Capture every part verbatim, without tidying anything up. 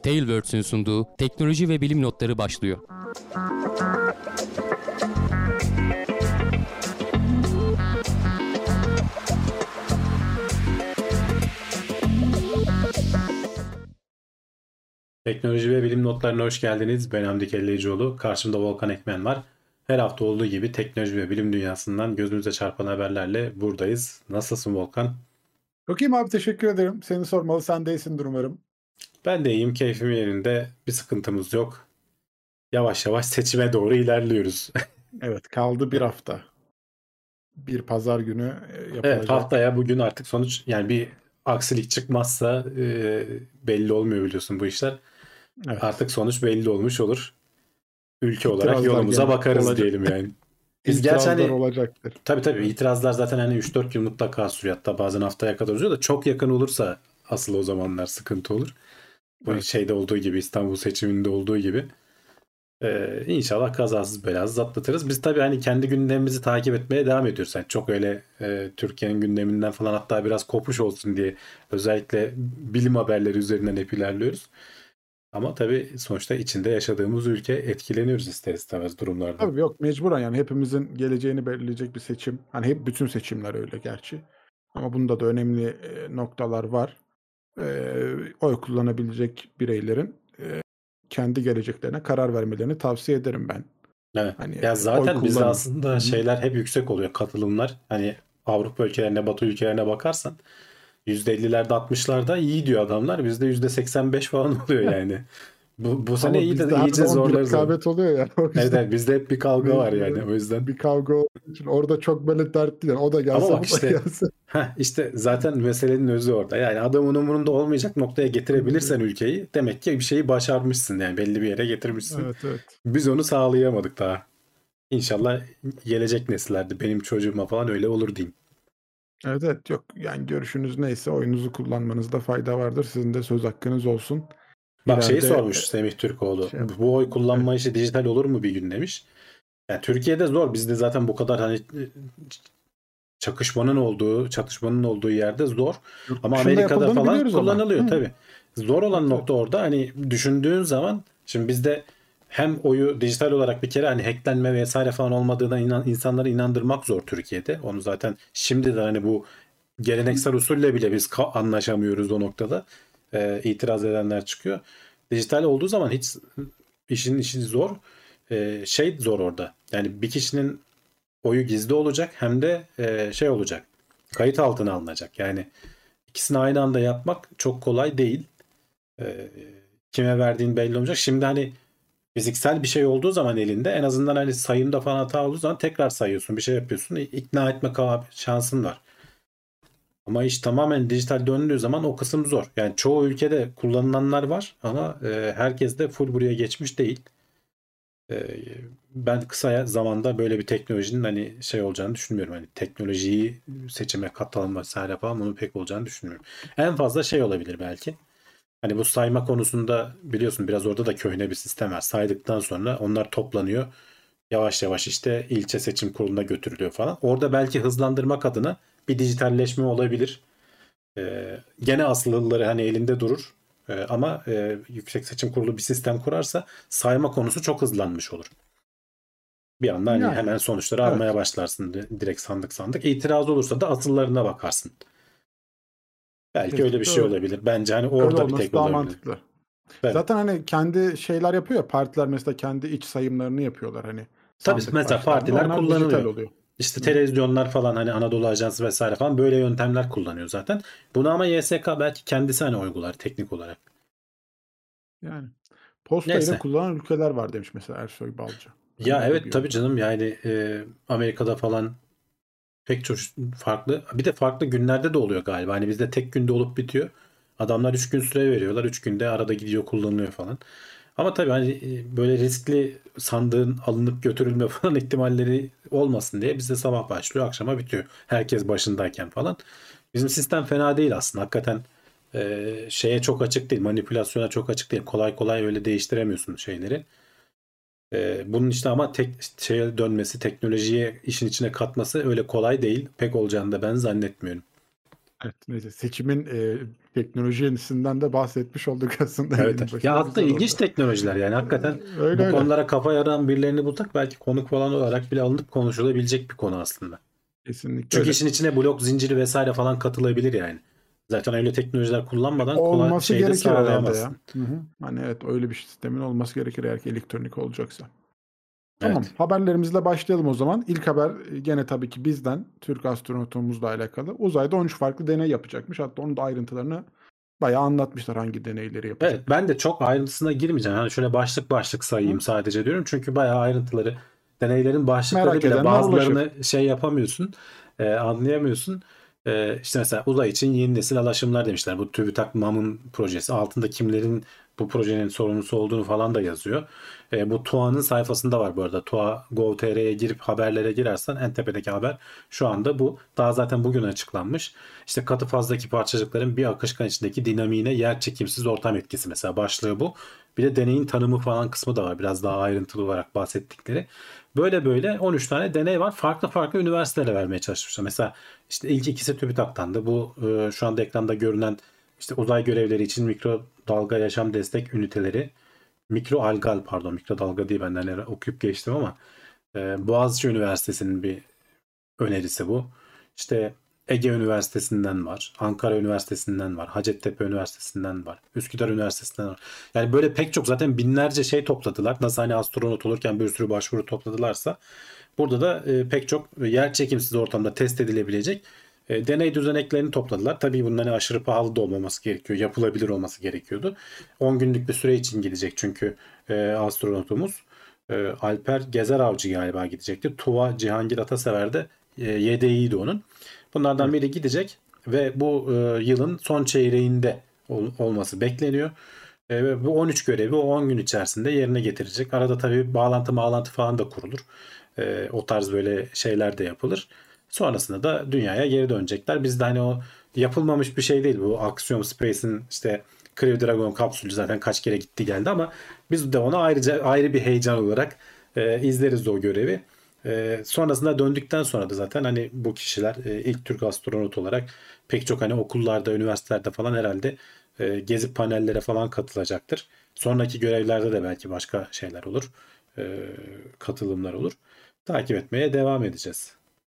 Tailwords'ün sunduğu teknoloji ve bilim notları başlıyor. Teknoloji ve bilim notlarına hoş geldiniz. Ben Hamdi Kelleycioğlu. Karşımda Volkan Ekmen var. Her hafta olduğu gibi teknoloji ve bilim dünyasından gözümüze çarpan haberlerle buradayız. Nasılsın Volkan? Çok iyiyim abi, teşekkür ederim. Seni sormalı, sen de iyisindir umarım. Ben de iyiyim. Keyfim yerinde. Bir sıkıntımız yok. Yavaş yavaş seçime doğru ilerliyoruz. Evet, kaldı bir hafta. Bir pazar günü yapılacak. Evet, haftaya bugün artık sonuç, yani bir aksilik çıkmazsa e, belli olmuyor biliyorsun bu işler. Evet. Artık sonuç belli olmuş olur. Ülke olarak İtirazlar yolumuza gene bakarız olacak. diyelim yani. Biz gerçi İtirazlar hani olacaktır. tabii tabii itirazlar zaten hani üç dört gün mutlaka sürüyor, hatta bazen haftaya kadar uzuyor da çok yakın olursa asıl o zamanlar sıkıntı olur. Bu Evet. şeyde olduğu gibi, İstanbul seçiminde olduğu gibi. Ee, inşallah kazasız belasız atlatırız. Biz tabii hani kendi gündemimizi takip etmeye devam ediyoruz. Yani çok öyle e, Türkiye'nin gündeminden falan, hatta biraz kopuş olsun diye özellikle bilim haberleri üzerinden hep ilerliyoruz. Ama tabii sonuçta içinde yaşadığımız ülke, etkileniyoruz ister istemez durumlardan. Tabii yok, mecburen yani hepimizin geleceğini belirleyecek bir seçim. Hani hep bütün seçimler öyle gerçi. Ama bunda da önemli e, noktalar var. E, oy kullanabilecek bireylerin e, kendi geleceklerine karar vermelerini tavsiye ederim ben. Evet. Hani Ya oy zaten bizde kullanın. aslında Hı-hı. şeyler hep yüksek oluyor, katılımlar. Hani Avrupa ülkelerine, Batı ülkelerine bakarsan yüzde ellilerde altmışlarda iyi diyor adamlar. Bizde yüzde seksen beş falan oluyor yani. Bu, bu sene Ama iyi de bizde her iyice zaman bir zorlarız onu. rekabet oluyor yani. O Evet, yüzden evet, bizde hep bir kavga var yani, mecburen o yüzden. bir kavga olduğu için orada çok böyle dert değil. Yani o da Ama gelse, bak bu da işte, gelse. heh, işte zaten meselenin özü orada. Yani adamın umurunda olmayacak noktaya getirebilirsen ülkeyi, demek ki bir şeyi başarmışsın, yani belli bir yere getirmişsin. Evet, evet. Biz onu sağlayamadık daha. İnşallah gelecek nesillerde benim çocuğuma falan öyle olur diyeyim. Evet, evet. Yok yani, görüşünüz neyse oyunuzu kullanmanızda fayda vardır. Sizin de söz hakkınız olsun. Bak, şeyi İleride sormuş Semih Türkoğlu. şey yapın. Bu oy Evet. kullanma işi dijital olur mu bir gün demiş. Yani Türkiye'de zor. Bizde zaten bu kadar hani çakışmanın olduğu, çatışmanın olduğu yerde zor. Yurt Ama dışında Amerika'da yapıldığını falan biliyoruz ama. kullanılıyor Hı. tabii. Zor olan Evet, evet. nokta orada, hani düşündüğün zaman şimdi bizde hem oyu dijital olarak bir kere hani hacklenme vesaire falan olmadığına inan, insanları inandırmak zor Türkiye'de. Onu zaten şimdi de hani bu geleneksel usulle bile biz ka- anlaşamıyoruz o noktada. Ee, itiraz edenler çıkıyor. Dijital olduğu zaman hiç işin işi zor. Ee, şey zor orada. Yani bir kişinin oyu gizli olacak, hem de e, şey olacak. Kayıt altına alınacak. Yani ikisini aynı anda yapmak çok kolay değil. E, kime verdiğin belli olacak. Şimdi hani fiziksel bir şey olduğu zaman elinde, en azından hani sayımda falan hata olduğu zaman tekrar sayıyorsun, bir şey yapıyorsun, ikna etme şansın var. Ama iş tamamen dijital döndüğü zaman o kısım zor. Yani çoğu ülkede kullanılanlar var ama e, herkes de full buraya geçmiş değil. E, ben kısa zamanda böyle bir teknolojinin hani şey olacağını düşünmüyorum. Hani teknolojiyi seçime katılma vesaire falan, bunu pek olacağını düşünmüyorum. En fazla şey olabilir belki. Hani bu sayma konusunda biliyorsun biraz orada da köhne bir sistem var. Saydıktan sonra onlar toplanıyor. Yavaş yavaş işte ilçe seçim kuruluna götürülüyor falan. Orada belki hızlandırmak adına bir dijitalleşme olabilir. Ee, gene asılları hani elinde durur. Ee, ama e, Yüksek Seçim Kurulu bir sistem kurarsa sayma konusu çok hızlanmış olur. Bir anda hani Yani hemen sonuçları almaya evet. başlarsın direkt sandık sandık. İtiraz olursa da asıllarına bakarsın. Belki öyle bir Kesinlikle şey öyle. olabilir. Bence hani Öyle orada bir tek olması daha olabilir. mantıklı. Evet. Zaten hani kendi şeyler yapıyor ya, partiler mesela kendi iç sayımlarını yapıyorlar hani Tabii sandık mesela başlarında. partiler Onlar dijital kullanılıyor. oluyor. İşte Hı. televizyonlar falan, hani Anadolu Ajansı vesaire falan böyle yöntemler kullanıyor zaten. Bunu ama Y S K belki kendisi hani uygular teknik olarak. Yani postayı da Neyse. kullanan ülkeler var demiş mesela Ersoy Balcı. Hani Ya öyle evet, bir tabii yöntem. canım, yani e, Amerika'da falan pek çok farklı, bir de farklı günlerde de oluyor galiba. Hani bizde tek günde olup bitiyor. Adamlar üç gün süre veriyorlar. Üç günde arada gidiyor, kullanılıyor falan. Ama tabii hani e, böyle riskli sandığın alınıp götürülme falan ihtimalleri olmasın diye bizde sabah başlıyor, akşama bitiyor. Herkes başındayken falan. Bizim sistem fena değil aslında. Hakikaten e, şeye çok açık değil. Manipülasyona çok açık değil. Kolay kolay öyle değiştiremiyorsun şeyleri. E, bunun işte ama tek şeye dönmesi, teknolojiye işin içine katması öyle kolay değil. Pek olacağını da ben zannetmiyorum. Evet, neyse seçimin e, teknolojisinden de bahsetmiş olduk aslında. Evet. yayının Ya başında. aslında Güzel ilginç oldu. teknolojiler yani hakikaten Ee, Öyle bu öyle. konulara kafa yoran birilerini bulsak belki konuk falan olarak bile alınıp konuşulabilecek bir konu aslında. Kesinlikle Çünkü öyle. işin içine blok zinciri vesaire falan katılabilir yani. Zaten öyle teknolojiler kullanmadan kolay Olması şeyde gerekir herhalde ya. sağlayamazsın. Hı hı. Hani evet öyle bir sistemin olması gerekir eğer ki elektronik olacaksa. Tamam, Evet. haberlerimizle başlayalım o zaman. İlk haber e, gene tabii ki bizden, Türk astronotumuzla alakalı. Uzayda on üç farklı deney yapacakmış. Hatta onun da ayrıntılarını bayağı anlatmışlar hangi deneyleri Evet, yapacak. ben de çok ayrıntısına girmeyeceğim. Yani şöyle başlık başlık sayayım Hı? sadece diyorum. Çünkü bayağı ayrıntıları, deneylerin başlıkları Merak bile edenler ulaşır. bazılarını şey yapamıyorsun, e, anlayamıyorsun. E, işte mesela uzay için yeni nesil alaşımlar demişler. Bu TÜBİTAK MAM'ın projesi. Altında kimlerin bu projenin sorumlusu olduğunu falan da yazıyor. E, bu TUA'nın sayfasında var bu arada. tua nokta gov nokta tr'ye girip haberlere girersen en tepedeki haber şu anda bu. Daha zaten bugün açıklanmış. İşte katı fazdaki parçacıkların bir akışkan içindeki dinamiğine yer çekimsiz ortam etkisi mesela başlığı bu. Bir de deneyin tanımı falan kısmı da var. Biraz daha ayrıntılı olarak bahsettikleri. Böyle böyle on üç tane deney var. Farklı farklı üniversitelere vermeye çalışmışlar. Mesela işte ilk ikisi TÜBİTAK'tandı. Bu e, şu anda ekranda görünen işte uzay görevleri için mikrodalga yaşam destek üniteleri. Mikroalgal pardon mikrodalga değil, benden hani okuyup geçtim ama e, Boğaziçi Üniversitesi'nin bir önerisi bu. İşte Ege Üniversitesi'nden var, Ankara Üniversitesi'nden var, Hacettepe Üniversitesi'nden var, Üsküdar Üniversitesi'nden var. Yani böyle pek çok zaten binlerce şey topladılar. Nasıl hani astronot olurken bir sürü başvuru topladılarsa burada da e, pek çok yer çekimsiz ortamda test edilebilecek e, deney düzeneklerini topladılar. Tabii bunların hani aşırı pahalı da olmaması gerekiyor. Yapılabilir olması gerekiyordu. on günlük bir süre için gidecek çünkü e, astronotumuz. E, Alper Gezer Avcı galiba gidecekti. Tuva Cihangir Atasever de e, yedeğiydi onun. Bunlardan Evet. biri gidecek ve bu e, yılın son çeyreğinde ol- olması bekleniyor. E, ve bu on üç görevi o on gün içerisinde yerine getirecek. Arada tabii bağlantı bağlantı falan da kurulur. E, o tarz böyle şeyler de yapılır. Sonrasında da dünyaya geri dönecekler. Biz de hani o yapılmamış bir şey değil bu. Axiom Space'in işte Crew Dragon kapsülü zaten kaç kere gitti geldi ama biz de ona ayrıca ayrı bir heyecan olarak e, izleriz o görevi. E, sonrasında döndükten sonra da zaten hani bu kişiler e, ilk Türk astronot olarak pek çok hani okullarda, üniversitelerde falan herhalde e, gezip panellere falan katılacaktır. Sonraki görevlerde de belki başka şeyler olur. E, katılımlar olur. Takip etmeye devam edeceğiz.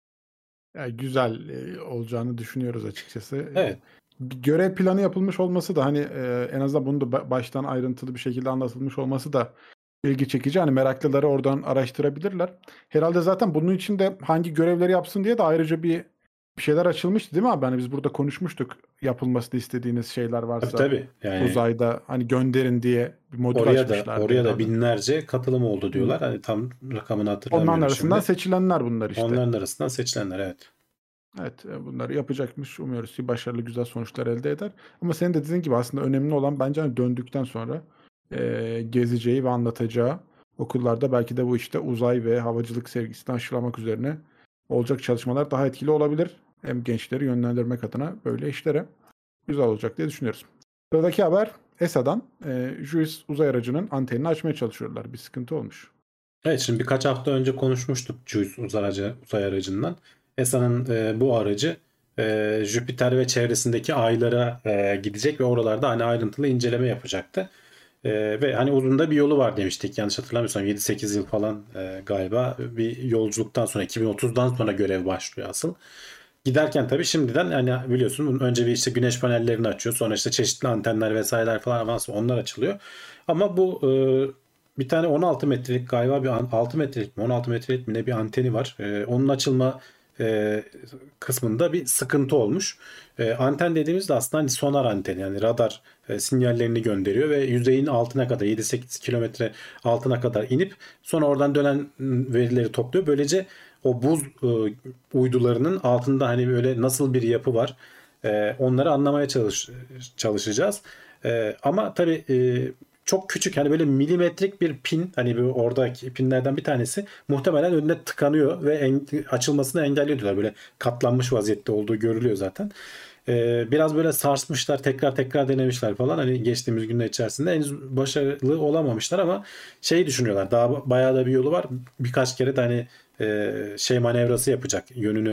Yani güzel e, olacağını düşünüyoruz açıkçası. E, Evet. bir görev planı yapılmış olması da hani e, en azından bunu da ba- baştan ayrıntılı bir şekilde anlatılmış olması da ilgi çekici. Hani meraklıları oradan araştırabilirler. Herhalde zaten bunun için de hangi görevleri yapsın diye de ayrıca bir bir şeyler açılmıştı değil mi abi? Hani biz burada konuşmuştuk yapılmasını istediğiniz şeyler Tabii varsa tabii. Yani uzayda hani gönderin diye bir modül oraya da açmışlardı oraya da herhalde. binlerce katılım oldu Hı hı. diyorlar. Hani tam rakamını Onların hatırlamıyorum arasından şimdi. seçilenler bunlar işte. Onların arasından seçilenler, evet. Evet, eee, bunları yapacakmış. Umuyoruz ki başarılı, güzel sonuçlar elde eder. Ama senin de dediğin gibi aslında önemli olan bence, hani, döndükten sonra, eee, gezeceği ve anlatacağı okullarda belki de bu işte uzay ve havacılık sevgisini aşılamak üzerine olacak çalışmalar daha etkili olabilir. Hem gençleri yönlendirmek adına böyle işlere güzel olacak diye düşünüyoruz. Sıradaki haber E S A'dan. Eee, JUICE uzay aracının antenini açmaya çalışıyorlar. Bir sıkıntı olmuş. Evet, şimdi birkaç hafta önce konuşmuştuk JUICE uzay, aracı, uzay aracından. E S A'nın e, bu aracı e, Jüpiter ve çevresindeki aylara e, gidecek ve oralarda hani ayrıntılı inceleme yapacaktı. E, ve hani uzun da bir yolu var demiştik. Yanlış hatırlamıyorsam yedi sekiz yıl falan e, galiba bir yolculuktan sonra iki bin otuzdan sonra görev başlıyor asıl. Giderken tabii şimdiden hani biliyorsun bunun önce bir işte güneş panellerini açıyor. Sonra işte çeşitli antenler vesaireler falan avans onlar açılıyor. Ama bu e, bir tane on altı metrelik galiba bir an- altı metrelik mi on altı metrelik mi ne bir anteni var. E, onun açılma e, kısmında bir sıkıntı olmuş. E, anten dediğimizde aslında hani sonar anteni yani radar e, sinyallerini gönderiyor ve yüzeyin altına kadar yedi sekiz kilometre altına kadar inip sonra oradan dönen ıı, verileri topluyor. Böylece o buz e, uydularının altında hani böyle nasıl bir yapı var e, onları anlamaya çalış, çalışacağız. E, ama tabii e, çok küçük hani böyle milimetrik bir pin hani bir oradaki pinlerden bir tanesi muhtemelen önüne tıkanıyor ve en, açılmasını engelliyor diyorlar. Böyle katlanmış vaziyette olduğu görülüyor zaten. E, biraz böyle sarsmışlar tekrar tekrar denemişler falan hani geçtiğimiz günler içerisinde henüz başarılı olamamışlar ama şey düşünüyorlar daha bayağı da bir yolu var birkaç kere de hani e, şey manevrası yapacak yönünü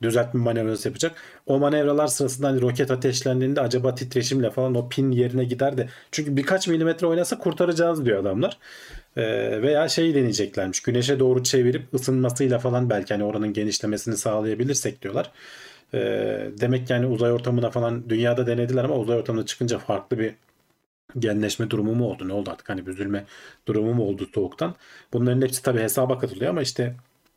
düzeltme manevrası yapacak. O manevralar sırasında hani roket ateşlendiğinde acaba titreşimle falan o pin yerine gider de. Çünkü birkaç milimetre oynasa kurtaracağız diyor adamlar. Ee, veya şeyi deneyeceklermiş. Güneşe doğru çevirip ısınmasıyla falan belki hani oranın genişlemesini sağlayabilirsek diyorlar. Ee, demek yani uzay ortamına falan dünyada denediler ama uzay ortamına çıkınca farklı bir genleşme durumu mu oldu? Ne oldu artık? Hani büzülme durumu mu oldu soğuktan? Bunların hepsi tabii hesaba katılıyor ama işte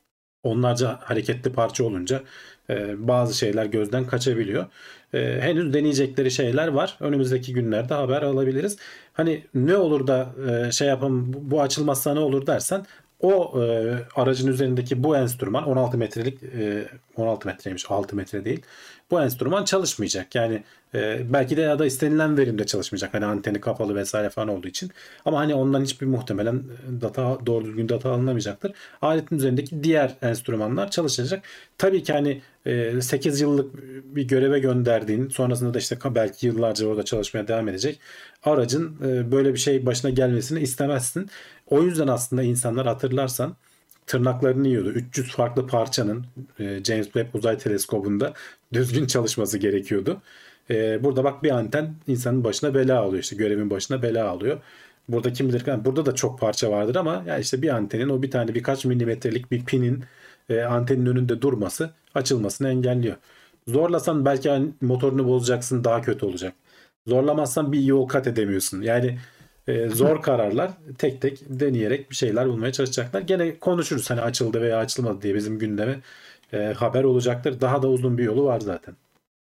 onlarca hareketli parça olunca e, bazı şeyler gözden kaçabiliyor. E, henüz deneyecekleri şeyler var. Önümüzdeki günlerde haber alabiliriz. Hani ne olur da e, şey yapalım bu, bu açılmazsa ne olur dersen o e, aracın üzerindeki bu enstrüman on altı metrelik e, on altı metreymiş altı metre değil. Bu enstrüman çalışmayacak. Yani e, belki de ya da istenilen verimde çalışmayacak. Hani anteni kapalı vesaire falan olduğu için. Ama hani ondan hiçbir muhtemelen data doğru düzgün data alınamayacaktır. Aletin üzerindeki diğer enstrümanlar çalışacak. Tabii ki hani e, sekiz yıllık bir göreve gönderdiğin sonrasında da işte belki yıllarca orada çalışmaya devam edecek aracın e, böyle bir şey başına gelmesini istemezsin. O yüzden aslında insanlar hatırlarsan tırnaklarını yiyordu. üç yüz farklı parçanın e, James Webb Uzay Teleskobu'nda düzgün çalışması gerekiyordu. E, burada bak bir anten insanın başına bela alıyor. İşte görevin başına bela alıyor. Burada kim bilir, yani burada da çok parça vardır ama ya işte bir antenin o bir tane birkaç milimetrelik bir pinin e, antenin önünde durması açılmasını engelliyor. Zorlasan belki hani motorunu bozacaksın, daha kötü olacak. Zorlamazsan bir yol kat edemiyorsun. Yani e, zor kararlar, tek tek deneyerek bir şeyler bulmaya çalışacaklar. Gene konuşuruz hani açıldı veya açılmadı diye bizim gündeme e, haber olacaktır. Daha da uzun bir yolu var zaten.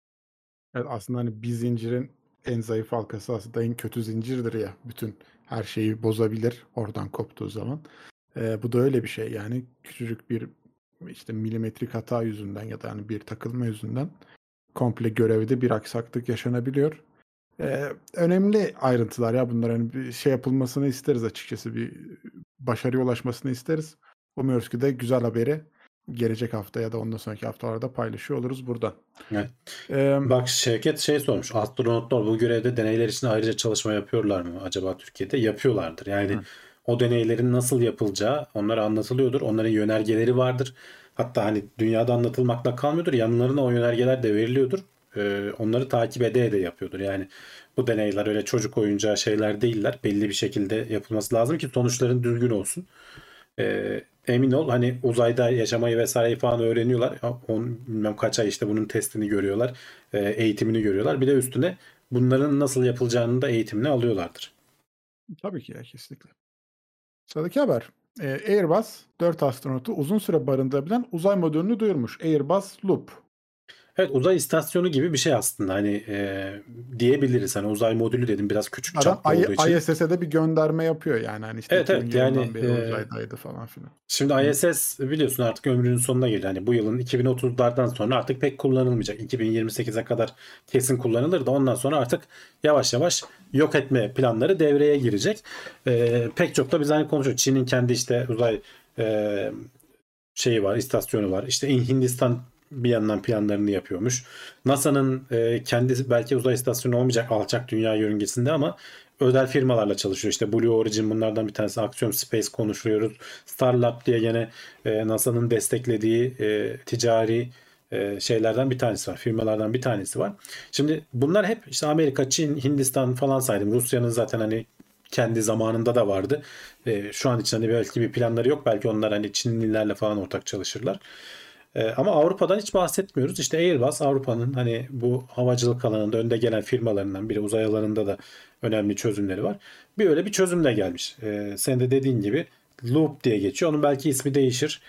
Evet, aslında hani bir zincirin en zayıf halkası aslında en kötü zincirdir ya. Bütün her şeyi bozabilir oradan koptuğu zaman. Ee, bu da öyle bir şey yani küçücük bir işte milimetrik hata yüzünden ya da hani bir takılma yüzünden komple görevde bir aksaklık yaşanabiliyor. Ee, önemli ayrıntılar ya bunlar, hani bir şey yapılmasını isteriz açıkçası, bir başarıya ulaşmasını isteriz. Umuyoruz ki de güzel haberi gelecek hafta ya da ondan sonraki haftalarda paylaşıyor oluruz buradan. Evet. Ee, Bak Şevket şey sormuş. Astronotlar bu görevde deneyler için ayrıca çalışma yapıyorlar mı acaba Türkiye'de? Yapıyorlardır. Yani Hı. o deneylerin nasıl yapılacağı onlara anlatılıyordur. Onların yönergeleri vardır. Hatta hani dünyada anlatılmakla kalmıyordur. Yanlarına o yönergeler de veriliyordur. Ee, onları takip ede ede yapıyordur. Yani bu deneyler öyle çocuk oyuncağı şeyler değiller. Belli bir şekilde yapılması lazım ki sonuçların düzgün olsun. Ee, emin ol hani uzayda yaşamayı vesaireyi falan öğreniyorlar. On, bilmem kaç ay işte bunun testini görüyorlar. e, eğitimini görüyorlar. Bir de üstüne bunların nasıl yapılacağını da eğitimini alıyorlardır. Tabii ki ya, kesinlikle. Sıradaki haber. Ee, Airbus dört astronotu uzun süre barındırabilen uzay modülünü duyurmuş. Airbus Loop. Evet, uzay istasyonu gibi bir şey aslında hani e, diyebiliriz. Hani uzay modülü dedim biraz küçük Adam çaplı olduğu için. I S S'e de bir gönderme yapıyor yani. Hani işte Evet iki bin evet yani yılından beri e, uzaydaydı falan filan. şimdi I S S biliyorsun artık ömrünün sonuna geliyor. Hani bu yılın iki bin otuzlardan sonra artık pek kullanılmayacak. iki bin yirmi sekize kadar kesin kullanılır da ondan sonra artık yavaş yavaş yok etme planları devreye girecek. Ee, pek çok da biz hani konuşuyoruz. Çin'in kendi işte uzay e, şeyi var, istasyonu var. İşte Hindistan bir yandan planlarını yapıyormuş. NASA'nın e, kendisi belki uzay istasyonu olmayacak alçak dünya yörüngesinde ama özel firmalarla çalışıyor. İşte Blue Origin bunlardan bir tanesi. Axiom Space konuşuyoruz. Starlab diye yine e, NASA'nın desteklediği e, ticari e, şeylerden bir tanesi var. Firmalardan bir tanesi var. Şimdi bunlar hep işte Amerika, Çin, Hindistan falan saydım. Rusya'nın zaten hani kendi zamanında da vardı. E, şu an için hani belki bir planları yok. Belki onlar hani Çinlilerle falan ortak çalışırlar. E, ama Avrupa'dan hiç bahsetmiyoruz. İşte Airbus Avrupa'nın hani bu havacılık alanında önde gelen firmalarından biri. Uzay alanında da önemli çözümleri var. Bir öyle bir çözümle gelmiş. E, sen de dediğin gibi Loop diye geçiyor. Onun belki ismi değişir.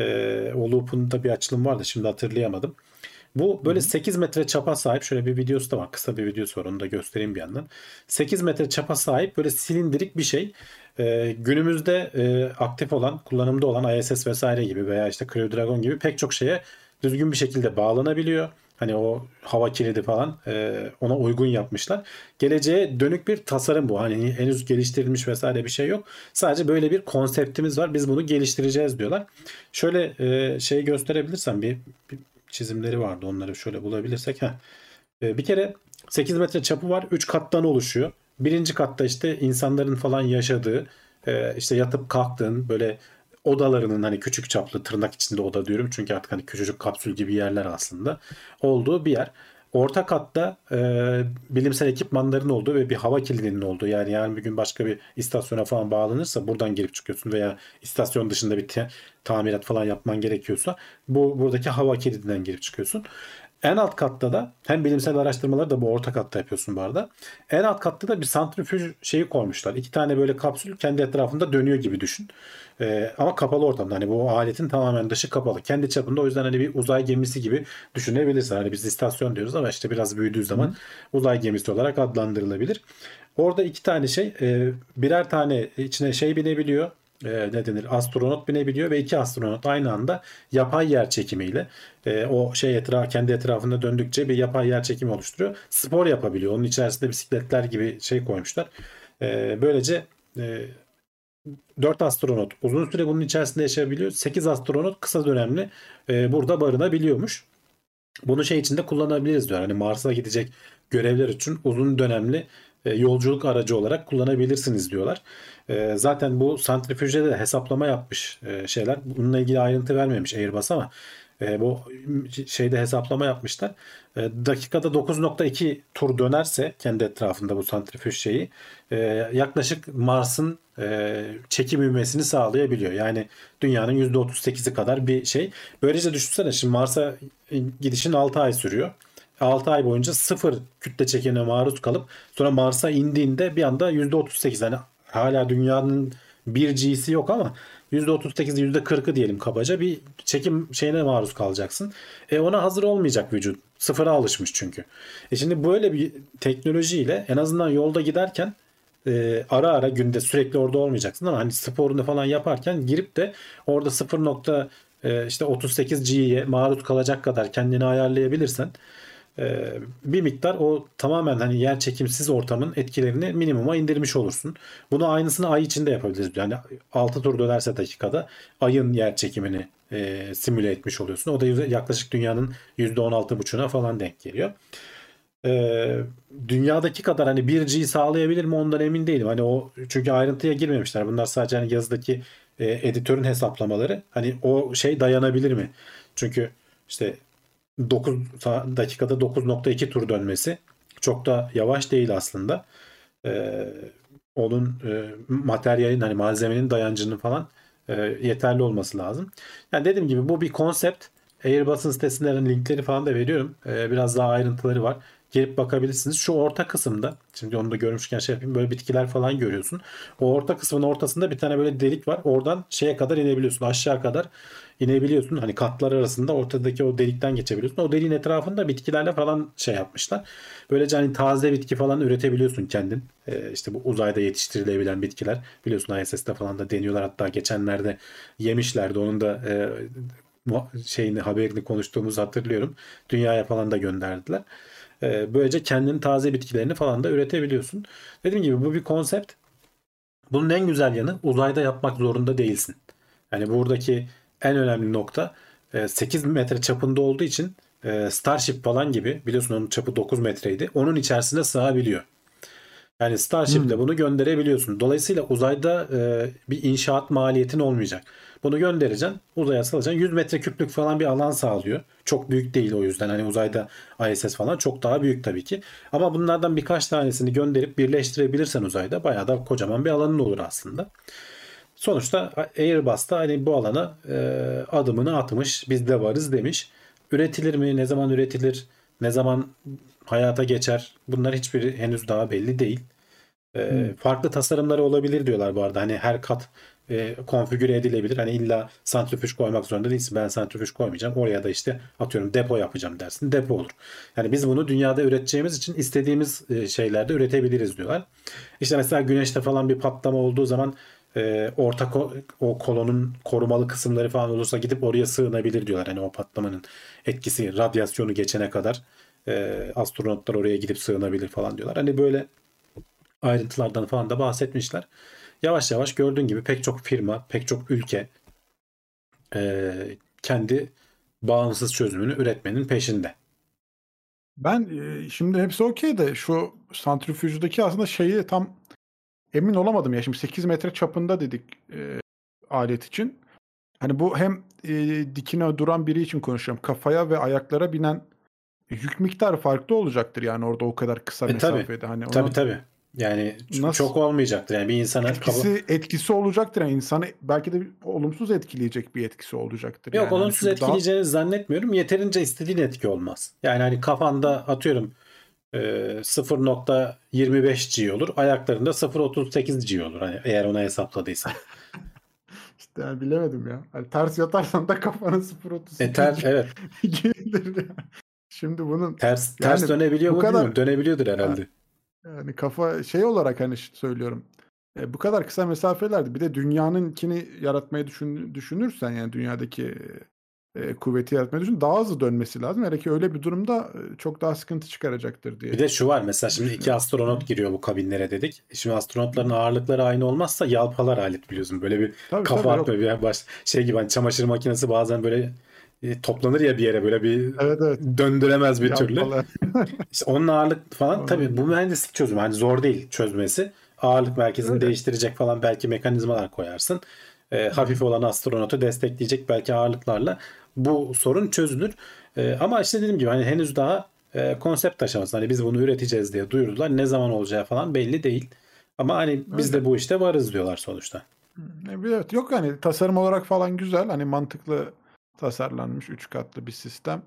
E, o Loop'un da bir açılımı vardı. Şimdi hatırlayamadım. Bu böyle sekiz metre çapa sahip, şöyle bir videosu da var. Kısa bir videosu var, onu da göstereyim bir yandan. sekiz metre çapa sahip böyle silindirik bir şey. Ee, günümüzde e, aktif olan, kullanımda olan I S S vesaire gibi veya işte Crew Dragon gibi pek çok şeye düzgün bir şekilde bağlanabiliyor. Hani o hava kilidi falan e, ona uygun yapmışlar. Geleceğe dönük bir tasarım bu. Hani henüz geliştirilmiş vesaire bir şey yok. Sadece böyle bir konseptimiz var. Biz bunu geliştireceğiz diyorlar. Şöyle e, şey gösterebilirsem bir, bir çizimleri vardı. Onları şöyle bulabilirsek. Heh. E, bir kere sekiz metre çapı var. üç kattan oluşuyor. Birinci katta işte insanların falan yaşadığı, e, işte yatıp kalktığın, böyle odalarının hani küçük çaplı tırnak içinde oda diyorum çünkü artık hani küçücük kapsül gibi yerler aslında olduğu bir yer. Orta katta e, bilimsel ekipmanların olduğu ve bir hava kilidinin olduğu, yani yarın bir gün başka bir istasyona falan bağlanırsa buradan girip çıkıyorsun veya istasyon dışında bir te- tamirat falan yapman gerekiyorsa bu buradaki hava kilidinden girip çıkıyorsun. En alt katta da hem bilimsel araştırmaları da bu orta katta yapıyorsun bu arada. En alt katta da bir santrifüj şeyi koymuşlar. İki tane böyle kapsül kendi etrafında dönüyor gibi düşün. Ee, ama kapalı ortamda. Hani bu aletin tamamen dışı kapalı. Kendi çapında, o yüzden hani bir uzay gemisi gibi düşünebilirsin. Hani biz istasyon diyoruz ama işte biraz büyüdüğü zaman uzay gemisi olarak adlandırılabilir. Orada iki tane şey, e, birer tane içine şey binebiliyor. E, ne denir? Astronot binebiliyor ve iki astronot aynı anda yapay yer çekimiyle e, o şey etraf kendi etrafında döndükçe bir yapay yer çekimi oluşturuyor. Spor yapabiliyor. Onun içerisinde bisikletler gibi şey koymuşlar. E, böylece e, dört astronot uzun süre bunun içerisinde yaşayabiliyor. sekiz astronot kısa dönemli e, burada barınabiliyormuş. Bunu şey için de kullanabiliriz diyor. Hani Mars'a gidecek görevler için uzun dönemli e, yolculuk aracı olarak kullanabilirsiniz diyorlar. E, zaten bu santrifüjde de hesaplama yapmış e, şeyler. Bununla ilgili ayrıntı vermemiş Airbus ama e, bu şeyde hesaplama yapmışlar. E, dakikada dokuz nokta iki tur dönerse kendi etrafında bu santrifüj şeyi e, yaklaşık Mars'ın e, çekim ivmesini sağlayabiliyor. Yani dünyanın yüzde otuz sekizi kadar bir şey. Böylece düşünsene, şimdi Mars'a gidişin altı ay sürüyor. altı ay boyunca sıfır kütle çekimine maruz kalıp sonra Mars'a indiğinde bir anda yüzde otuz sekiz, hani hala dünyanın bir G'si yok ama yüzde otuz sekizi yüzde kırkı diyelim kabaca bir çekim şeyine maruz kalacaksın. E ona hazır olmayacak vücut. Sıfıra alışmış çünkü. E şimdi böyle bir teknolojiyle en azından yolda giderken e, ara ara günde sürekli orada olmayacaksın ama hani sporunu falan yaparken girip de orada sıfır nokta e, işte otuz sekiz G'ye maruz kalacak kadar kendini ayarlayabilirsen e, bir miktar o tamamen hani yer çekimsiz ortamın etkilerini minimuma indirmiş olursun. Bunu aynısını ay içinde yapabiliriz. Yani altı tur dönerse dakikada ayın yer çekimini e, simüle etmiş oluyorsun. O da yaklaşık dünyanın yüzde on altı buçuğuna falan denk geliyor. Ee, dünyadaki kadar hani bir G sağlayabilir mi ondan emin değilim. Hani o çünkü ayrıntıya girmemişler. Bunlar sadece hani yazıdaki e, editörün hesaplamaları. Hani o şey dayanabilir mi? Çünkü işte dokuz dakikada dokuz nokta iki tur dönmesi çok da yavaş değil aslında. Ee, onun e, materyalin hani malzemenin dayancının falan e, yeterli olması lazım. Yani dediğim gibi bu bir konsept. Airbus'un sitesinin linkleri falan da veriyorum. Ee, biraz daha ayrıntıları var. Gelip bakabilirsiniz. Şu orta kısımda, şimdi onu da görmüşken şey yapayım, böyle bitkiler falan görüyorsun. O orta kısmın ortasında bir tane böyle delik var. Oradan şeye kadar inebiliyorsun. Aşağı kadar inebiliyorsun. Hani katlar arasında ortadaki o delikten geçebiliyorsun. O deliğin etrafında bitkilerle falan şey yapmışlar. Böylece hani taze bitki falan üretebiliyorsun kendin. Ee, işte bu uzayda yetiştirilebilen bitkiler. Biliyorsun I S S'te falan da deniyorlar. Hatta geçenlerde yemişlerdi. Onun da e, şeyini haberini konuştuğumuzu hatırlıyorum. Dünyaya falan da gönderdiler. Ee, böylece kendin taze bitkilerini falan da üretebiliyorsun. Dediğim gibi bu bir konsept. Bunun en güzel yanı, uzayda yapmak zorunda değilsin. Yani buradaki en önemli nokta e, sekiz metre çapında olduğu için e, Starship falan gibi, biliyorsun onun çapı dokuz metreydi. Onun içerisine sığabiliyor. Yani Starship'le Hmm. bunu gönderebiliyorsun. Dolayısıyla uzayda e, bir inşaat maliyetin olmayacak. Bunu göndereceksin, uzaya salacaksın. yüz metreküplük falan bir alan sağlıyor. Çok büyük değil o yüzden. Hani uzayda I S S falan çok daha büyük tabii ki. Ama bunlardan birkaç tanesini gönderip birleştirebilirsen uzayda bayağı da kocaman bir alanın olur aslında. Sonuçta Airbus da hani bu alana e, adımını atmış. Biz de varız demiş. Üretilir mi? Ne zaman üretilir? Ne zaman hayata geçer? Bunlar hiçbiri henüz daha belli değil. E, Hmm. farklı tasarımları olabilir diyorlar bu arada. Hani her kat e, konfigüre edilebilir. Hani illa santrifüj koymak zorunda değilsin. Ben santrifüj koymayacağım. Oraya da işte atıyorum depo yapacağım dersin. Depo olur. Yani biz bunu dünyada üreteceğimiz için istediğimiz e, şeylerde üretebiliriz diyorlar. İşte mesela güneşte falan bir patlama olduğu zaman e, orta ko- o kolonun korumalı kısımları falan olursa gidip oraya sığınabilir diyorlar. Hani o patlamanın etkisi, radyasyonu geçene kadar e, astronotlar oraya gidip sığınabilir falan diyorlar. Hani böyle ayrıntılardan falan da bahsetmişler. Yavaş yavaş gördüğün gibi pek çok firma, pek çok ülke e, kendi bağımsız çözümünü üretmenin peşinde. Ben e, şimdi hepsi okey de şu santrifüjdeki aslında şeyi tam emin olamadım ya. Şimdi sekiz metre çapında dedik e, alet için. Hani bu hem e, dikine duran biri için konuşuyorum. Kafaya ve ayaklara binen yük miktarı farklı olacaktır yani orada o kadar kısa E tabii. mesafede. Hani Tabii onu tabii. Yani ç- nasıl çok olmayacaktır. Yani bir insana kaba... etkisi etkisi olacaktır. Yani insanı belki de olumsuz etkileyecek bir etkisi olacaktır Yok, yani. Hani olumsuz çünkü daha etkileyeceğini zannetmiyorum. Yeterince istediğin etki olmaz. Yani hani kafanda atıyorum e, sıfır nokta yirmi beş G olur. Ayaklarında sıfır nokta otuz sekiz G olur. Hani eğer ona hesapladıysan. işte yani bilemedim ya. Hani ters yatarsan da kafana E sıfır virgül otuz sekiz ter, evet. gelir yani. Şimdi bunun Ters ters yani dönebiliyor bu mu bilmiyorum. kadar Dönebiliyordur ha, herhalde. yani kafa şey olarak hani ş- söylüyorum. E, bu kadar kısa mesafelerde bir de dünyanınkini yaratmayı düşün, düşünürsen yani dünyadaki e, kuvveti yaratmayı düşün daha hızlı dönmesi lazım. Hele ki öyle bir durumda e, çok daha sıkıntı çıkaracaktır Bir diye de şu var, mesela şimdi iki düşünüyorum. astronot giriyor bu kabinlere dedik. Şimdi astronotların ağırlıkları aynı olmazsa yalpalar alet, biliyorsun. Böyle bir Tabii tabii kafa atma, yok. bir baş şey gibi, hani çamaşır makinesi bazen böyle e, toplanır ya bir yere, böyle bir Evet evet. döndüremez bir türlü. Yalpalar. İşte onun ağırlık falan, Onun tabii bu gibi. mühendislik çözümü, hani zor değil çözmesi. Ağırlık merkezini Öyle. değiştirecek falan belki mekanizmalar koyarsın. E, Hı hı. hafif olan astronotu destekleyecek belki ağırlıklarla bu sorun çözülür. E, ama işte dediğim gibi hani henüz daha e, konsept aşaması. Hani biz bunu üreteceğiz diye duyurdular. Ne zaman olacağı falan belli değil. Ama hani biz Öyle. de bu işte varız diyorlar sonuçta. Hı. E, Evet yok hani tasarım olarak falan güzel. Hani mantıklı tasarlanmış üç katlı bir sistem.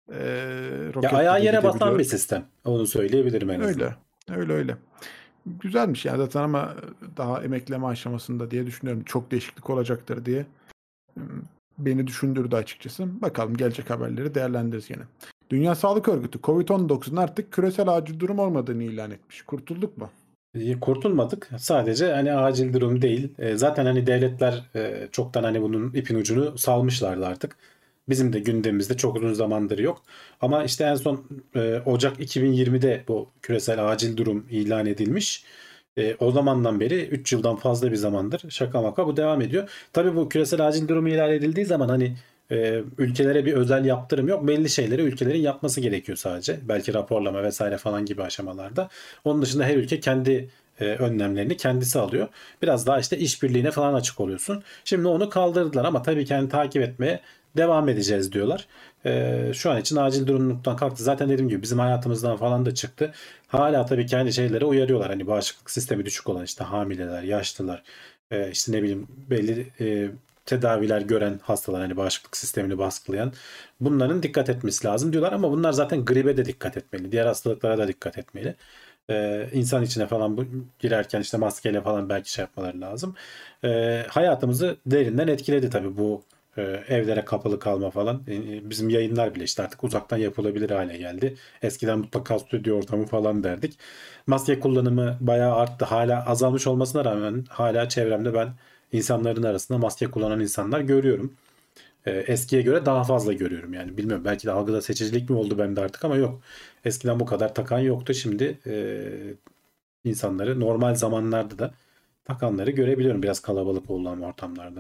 Ee, Ya roketle ayağı de yere basan bir gidebiliyor. sistem. Onu söyleyebilirim en azından. Öyle. Öyle öyle. Güzelmiş yani zaten ama daha emekleme aşamasında diye düşünüyorum. Çok değişiklik olacaktır diye. Hmm, beni düşündürdü açıkçası. Bakalım gelecek haberleri değerlendiririz yine. Dünya Sağlık Örgütü covid on dokuzun artık küresel acil durum olmadığını ilan etmiş. Kurtulduk mu? E, Kurtulmadık. Sadece hani acil durum değil. E, Zaten hani devletler e, çoktan hani bunun ipin ucunu salmışlardı artık. Bizim de gündemimizde çok uzun zamandır yok. Ama işte en son e, Ocak iki bin yirmide bu küresel acil durum ilan edilmiş. E, o zamandan beri üç yıldan fazla bir zamandır şaka maka bu devam ediyor. Tabii bu küresel acil durum ilan edildiği zaman hani e, ülkelere bir özel yaptırım yok. Belli şeyleri ülkelerin yapması gerekiyor sadece. Belki raporlama vesaire falan gibi aşamalarda. Onun dışında her ülke kendi e, önlemlerini kendisi alıyor. Biraz daha işte işbirliğine falan açık oluyorsun. Şimdi onu kaldırdılar ama tabii kendi takip etmeye devam edeceğiz diyorlar. E, şu an için acil durumluktan kalktı. Zaten dediğim gibi bizim hayatımızdan falan da çıktı. Hala tabii kendi şeylere uyarıyorlar. Hani bağışıklık sistemi düşük olan işte hamileler, yaşlılar, e, işte ne bileyim belli e, tedaviler gören hastalar, hani bağışıklık sistemini baskılayan, bunların dikkat etmesi lazım diyorlar ama bunlar zaten gribe de dikkat etmeli. Diğer hastalıklara da dikkat etmeli. Ee, insan içine falan bu, girerken işte maskeyle falan belki şey yapmaları lazım. Ee, hayatımızı derinden etkiledi tabii bu e, evlere kapalı kalma falan. Ee, bizim yayınlar bile işte artık uzaktan yapılabilir hale geldi. Eskiden mutlaka stüdyo ortamı falan derdik. Maske kullanımı bayağı arttı. Hala azalmış olmasına rağmen hala çevremde ben insanların arasında maske kullanan insanlar görüyorum. Ee, eskiye göre daha fazla görüyorum yani. Bilmiyorum, belki de algıda seçicilik mi oldu bende artık ama yok. Eskiden bu kadar takan yoktu. Şimdi e, insanları normal zamanlarda da takanları görebiliyorum biraz kalabalık olan ortamlarda.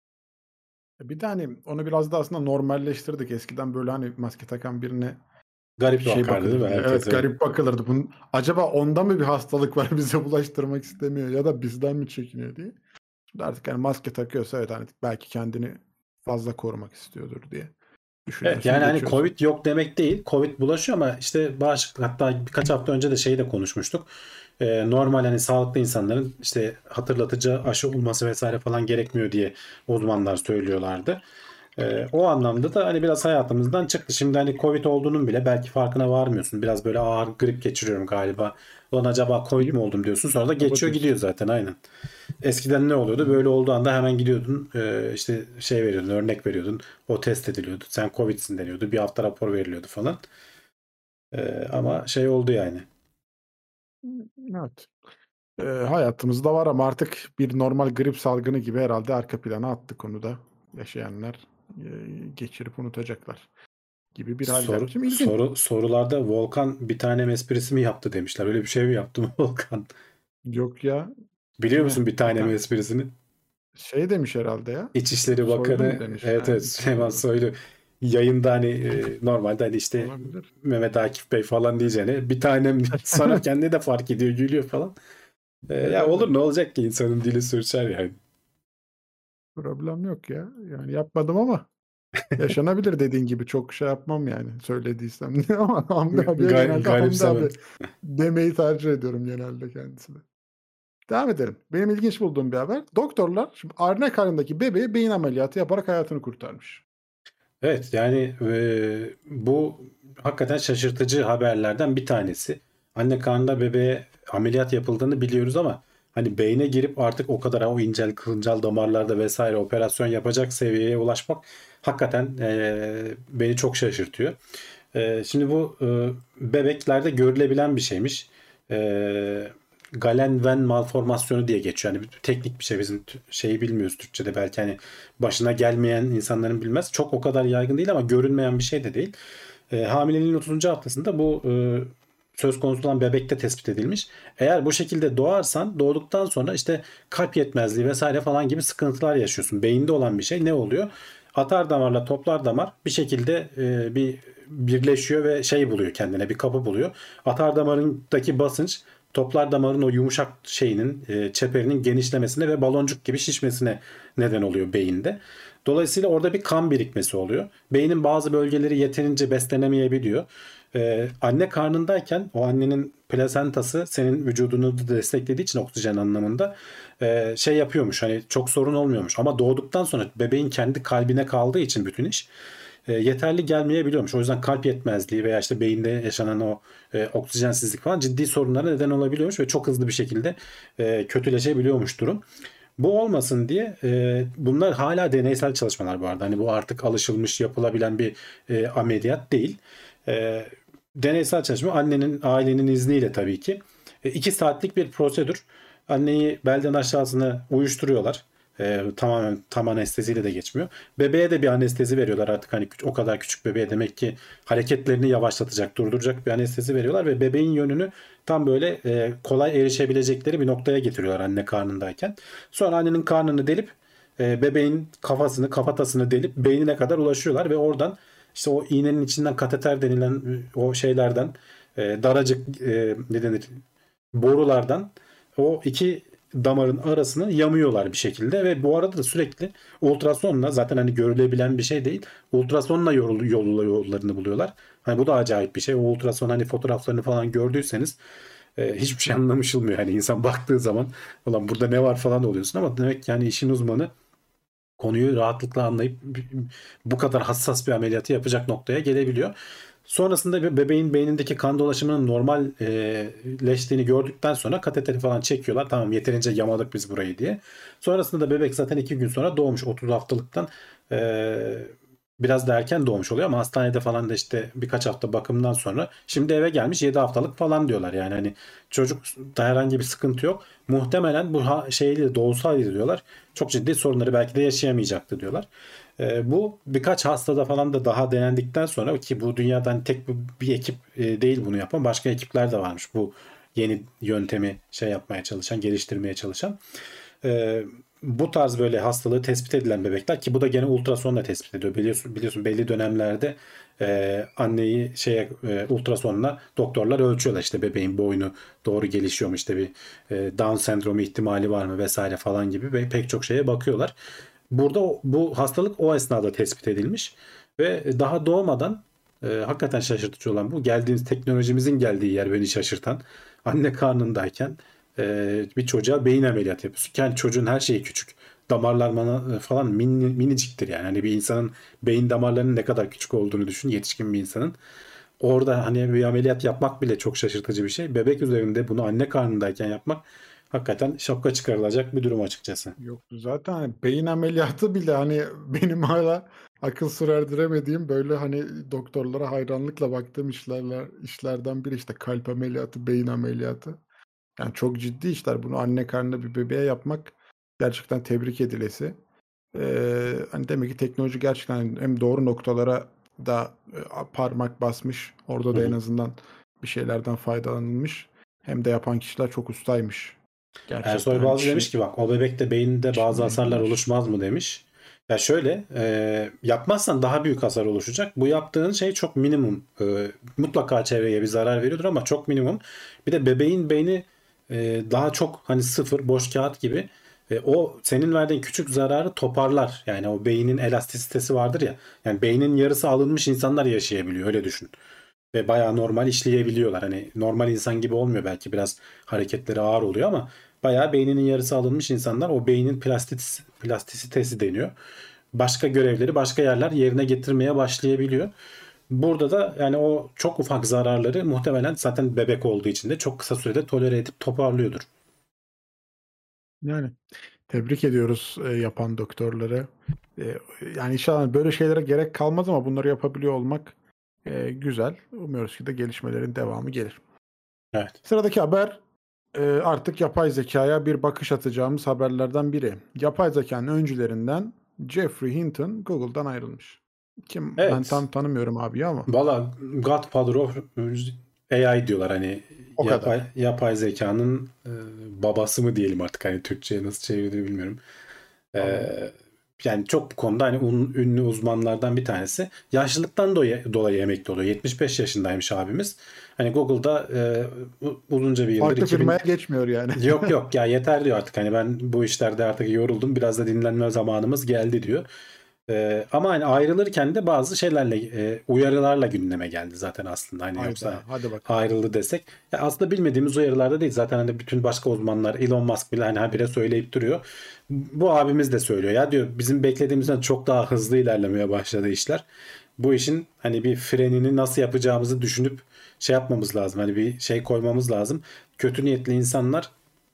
Bir de hani onu biraz da aslında normalleştirdik. Eskiden böyle hani maske takan birine Garip şey bakardı değil mi? bakılırdı. Herkes, Evet evet. garip bakılırdı. Bunun, acaba onda mı bir hastalık var bize bulaştırmak istemiyor ya da bizden mi çekiniyor diye. Şimdi artık hani maske takıyorsa evet hani belki kendini fazla korumak istiyordur diye Evet, düşünüyorsun yani hani geçiyorsun. Covid yok demek değil. Covid bulaşıyor ama işte bağışıklık, hatta birkaç hafta önce de şeyi de konuşmuştuk. Ee, normal hani sağlıklı insanların işte hatırlatıcı aşı olması vesaire falan gerekmiyor diye uzmanlar söylüyorlardı. Ee, o anlamda da hani biraz hayatımızdan çıktı. Şimdi hani Covid olduğunun bile belki farkına varmıyorsun. Biraz böyle ağır grip geçiriyorum galiba. Ulan acaba Covid mi oldum diyorsun. Sonra da geçiyor Kapatıyorsun. gidiyor zaten, aynen. Eskiden ne oluyordu? Böyle olduğu anda hemen gidiyordun, e, işte şey veriyordun, örnek veriyordun. O test ediliyordu. Sen Covid'sin deniyordu. Bir hafta rapor veriliyordu falan. E, ama şey oldu yani. Evet. Ee, hayatımızda var ama artık bir normal grip salgını gibi herhalde arka plana attık onu da. Yaşayanlar e, geçirip unutacaklar gibi bir hal Soru, geldi. Şimdi ilginç. soru sorularda Volkan bir tane esprisi mi yaptı demişler. Öyle bir şey mi yaptı mı Volkan? Yok ya. Biliyor Kime? musun bir Bir tane tane esprisini? şey demiş herhalde ya. İçişleri Soylu mu Bakanı, demiş? evet Ha, evet, Süleyman İçişleri Bakanı. Soylu yayında hani e, normalde hani işte Olabilir. Mehmet Akif Bey falan diyeceğine bir tanem sonra kendi de fark ediyor, gülüyor falan. E, ya Öyle öyle. olur, ne olacak ki, insanın dili sürçer yani. Problem yok ya. Yani yapmadım ama yaşanabilir dediğin gibi. Çok şey yapmam yani söylediysem de ama Hamdi abiye Gar- genelde Hamdi garipseme. abi demeyi tercih ediyorum genelde kendisine. Devam edelim. Benim ilginç bulduğum bir haber. Doktorlar şimdi anne karnındaki bebeğe beyin ameliyatı yaparak hayatını kurtarmış. Evet yani e, bu hakikaten şaşırtıcı haberlerden bir tanesi. Anne karnında bebeğe ameliyat yapıldığını biliyoruz ama hani beyne girip artık o kadar o incel kılcal damarlarda vesaire operasyon yapacak seviyeye ulaşmak hakikaten e, beni çok şaşırtıyor. E, şimdi bu e, bebeklerde görülebilen bir şeymiş. E, Galen-Venn malformasyonu diye geçiyor. Yani bir teknik bir şey, bizim t- şeyi bilmiyoruz Türkçe'de, belki hani başına gelmeyen insanların bilmez. Çok o kadar yaygın değil ama görünmeyen bir şey de değil. E, hamileliğin otuzuncu haftasında bu e, söz konusu olan bebekte tespit edilmiş. Eğer bu şekilde doğarsan, doğduktan sonra işte kalp yetmezliği vesaire falan gibi sıkıntılar yaşıyorsun. Beyinde olan bir şey ne oluyor? Atar damarla toplar damar bir şekilde e, bir birleşiyor ve şey buluyor, kendine bir kapı buluyor. Atar damarındaki basınç toplar damarın o yumuşak şeyinin, e, çeperinin genişlemesine ve baloncuk gibi şişmesine neden oluyor beyinde. Dolayısıyla orada bir kan birikmesi oluyor. Beynin bazı bölgeleri yeterince beslenemeyebiliyor. Ee, anne karnındayken o annenin plasentası senin vücudunu da desteklediği için oksijen anlamında e, şey yapıyormuş, hani çok sorun olmuyormuş. Ama doğduktan sonra bebeğin kendi kalbine kaldığı için bütün iş e, yeterli gelmeyebiliyormuş. O yüzden kalp yetmezliği veya işte beyinde yaşanan o e, oksijensizlik falan ciddi sorunlara neden olabiliyormuş ve çok hızlı bir şekilde e, kötüleşebiliyormuş durum. Bu olmasın diye e, bunlar hala deneysel çalışmalar bu arada. Hani bu artık alışılmış yapılabilen bir e, ameliyat değil. E, Deneysel çalışma, annenin, ailenin izniyle tabii ki. E, iki saatlik bir prosedür. Anneyi belden aşağısına uyuşturuyorlar. E, tamamen tam anesteziyle de geçmiyor. Bebeğe de bir anestezi veriyorlar artık, hani o kadar küçük bebeğe demek ki hareketlerini yavaşlatacak, durduracak bir anestezi veriyorlar ve bebeğin yönünü tam böyle e, kolay erişebilecekleri bir noktaya getiriyorlar anne karnındayken. Sonra annenin karnını delip e, bebeğin kafasını, kafatasını delip beynine kadar ulaşıyorlar ve oradan işte o iğnenin içinden kateter denilen e, o şeylerden e, daracık e, ne denir, borulardan o iki damarın arasını yamıyorlar bir şekilde ve bu arada da sürekli ultrasonla, zaten hani görülebilen bir şey değil, ultrasonla yol, yolla yollarını buluyorlar. Hani bu da acayip bir şey. O ultrason, hani fotoğraflarını falan gördüyseniz e, hiçbir şey anlaşılmıyor. Hani insan baktığı zaman ulan burada ne var falan oluyorsun ama demek ki yani işin uzmanı konuyu rahatlıkla anlayıp bu kadar hassas bir ameliyatı yapacak noktaya gelebiliyor. Sonrasında bir bebeğin beynindeki kan dolaşımının normalleştiğini gördükten sonra kateteri falan çekiyorlar. Tamam, yeterince yamadık biz burayı diye. Sonrasında da bebek zaten iki gün sonra doğmuş. otuz haftalıktan e, biraz da erken doğmuş oluyor ama hastanede falan da işte birkaç hafta bakımdan sonra şimdi eve gelmiş, yedi haftalık falan diyorlar. Yani hani çocuk da herhangi bir sıkıntı yok. Muhtemelen bu ha- şeyle doğsaydı diyorlar, çok ciddi sorunları belki de yaşayamayacaktı diyorlar. E, bu birkaç hastada falan da daha denendikten sonra, ki bu dünyadan tek bir, bir ekip e, değil bunu yapan, başka ekipler de varmış bu yeni yöntemi şey yapmaya çalışan, geliştirmeye çalışan. E, Bu tarz böyle hastalığı tespit edilen bebekler, ki bu da gene ultrasonla tespit ediyor. Biliyorsun, biliyorsun belli dönemlerde e, anneyi şeye e, ultrasonla doktorlar ölçüyorlar, işte bebeğin boynu doğru gelişiyor mu, işte bir e, Down sendromu ihtimali var mı vesaire falan gibi ve pek çok şeye bakıyorlar. Burada o- bu hastalık o esnada tespit edilmiş ve daha doğmadan e, hakikaten şaşırtıcı olan bu. Geldiğimiz teknolojimizin geldiği yer beni şaşırtan. Anne karnındayken e, bir çocuğa beyin ameliyatı yapıyorsun. Yani çocuğun her şeyi küçük. Damarlar mana- e, falan mini, miniciktir yani. Hani bir insanın beyin damarlarının ne kadar küçük olduğunu düşün, yetişkin bir insanın. Orada hani bir ameliyat yapmak bile çok şaşırtıcı bir şey. Bebek üzerinde bunu anne karnındayken yapmak hakikaten şapka çıkarılacak bir durum açıkçası. Yok zaten hani beyin ameliyatı bile hani benim hala akıl sır erdiremediğim böyle hani doktorlara hayranlıkla baktığım işlerler işlerden biri işte kalp ameliyatı, beyin ameliyatı. Yani çok ciddi işler. Bunu anne karnında bir bebeğe yapmak gerçekten tebrik edilesi. Ee, hani demek ki teknoloji gerçekten hem doğru noktalara da e, parmak basmış. Orada Hı da en hı. azından bir şeylerden faydalanılmış. Hem de yapan kişiler çok ustaymış. Gerçekten Ersoy hani Balcı demiş işin, ki bak, o bebekte beyninde bazı işin hasarlar ehlidir. oluşmaz mı demiş. Ya şöyle e, yapmazsan daha büyük hasar oluşacak. Bu yaptığın şey çok minimum. E, mutlaka çevreye bir zarar veriyordur ama çok minimum. Bir de bebeğin beyni e, daha çok hani sıfır, boş kağıt gibi. E, o senin verdiğin küçük zararı toparlar. Yani o beynin elastisitesi vardır ya. Yani beynin yarısı alınmış insanlar yaşayabiliyor, öyle düşün. Ve bayağı normal işleyebiliyorlar. Hani normal insan gibi olmuyor, belki biraz hareketleri ağır oluyor ama bayağı beyninin yarısı alınmış insanlar, o beynin plastis, plastisitesi deniyor. Başka görevleri başka yerler yerine getirmeye başlayabiliyor. Burada da yani o çok ufak zararları muhtemelen zaten bebek olduğu için de çok kısa sürede tolere edip toparlıyordur. Yani tebrik ediyoruz e, yapan doktorları. E, yani inşallah böyle şeylere gerek kalmaz ama bunları yapabiliyor olmak e, güzel. Umuyoruz ki de gelişmelerin devamı gelir. Evet. Sıradaki haber e, artık yapay zekaya bir bakış atacağımız haberlerden biri. Yapay zekanın öncülerinden Geoffrey Hinton Google'dan ayrılmış. Kim? Ben Evet. tam tanımıyorum abi ama Valla Godfather of A I diyorlar, hani o kadar. yapay, yapay zekanın e, babası mı diyelim artık, hani Türkçe'ye nasıl çevirilir bilmiyorum. E, Anladım. Yani çok bu konuda hani un- ünlü uzmanlardan bir tanesi. Yaşlılıktan dolayı, dolayı emekli oluyor. yetmiş beş yaşındaymış abimiz. Hani Google'da e, u- uzunca bir yıldır Farklı iki bin. firmaya geçmiyor yani. Yok yok ya, yeter diyor artık, hani ben bu işlerde artık yoruldum, biraz da dinlenme zamanımız geldi diyor. Ee, ama hani ayrılırken de bazı şeylerle e, uyarılarla gündeme geldi zaten aslında, hani yoksa Hayda, hadi bakalım. ayrıldı desek ya aslında bilmediğimiz uyarılarda değil zaten, hani bütün başka uzmanlar, Elon Musk bile hani habire söyleyip duruyor. Bu abimiz de söylüyor ya, diyor bizim beklediğimizden çok daha hızlı ilerlemeye başladı işler. Bu işin hani bir frenini nasıl yapacağımızı düşünüp şey yapmamız lazım, hani bir şey koymamız lazım. Kötü niyetli insanlar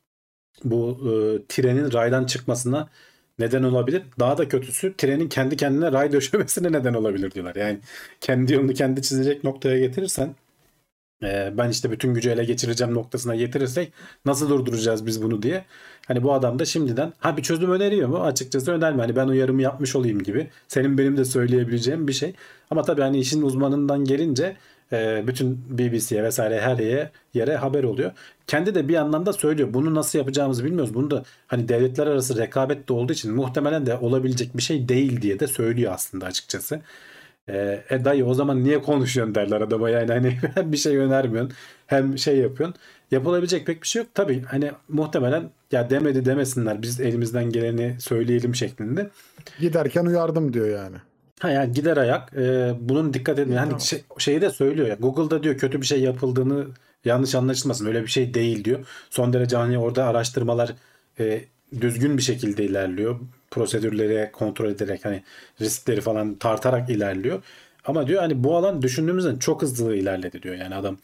bu e, trenin raydan çıkmasına neden olabilir. Daha da kötüsü, trenin kendi kendine ray döşemesine neden olabilir diyorlar. Yani kendi yolunu kendi çizecek noktaya getirirsen, e, ben işte bütün gücü ele geçireceğim noktasına getirirsek nasıl durduracağız biz bunu diye. Hani bu adam da şimdiden ha bir çözüm öneriyor mu? Açıkçası önermiyor. Hani ben uyarımı yapmış olayım gibi. Senin benim de söyleyebileceğim bir şey. Ama tabii hani işin uzmanından gelince e, bütün B B C'ye vesaire her yere, yere haber oluyor. Kendi de bir yandan da söylüyor. Bunu nasıl yapacağımızı bilmiyoruz. Bunu da hani devletler arası rekabet de olduğu için muhtemelen de olabilecek bir şey değil diye de söylüyor aslında açıkçası. E, e dayı o zaman niye konuşuyorsun derler adama, yani hani hem bir şey önermiyorsun hem şey yapıyorsun. Yapılabilecek pek bir şey yok. Tabii hani muhtemelen ya demedi demesinler, biz elimizden geleni söyleyelim şeklinde. Giderken uyardım diyor yani. Ha yani gider ayak e, bunun dikkat edin. İyi, Hani tamam. şey, şeyi de söylüyor ya, Google'da diyor kötü bir şey yapıldığını, yanlış anlaşılmasın, öyle bir şey değil diyor. Son derece hani orada araştırmalar e, düzgün bir şekilde ilerliyor. Prosedürleri kontrol ederek, hani riskleri falan tartarak ilerliyor. Ama diyor hani bu alan düşündüğümüzden çok hızlı ilerledi diyor. Yani adam,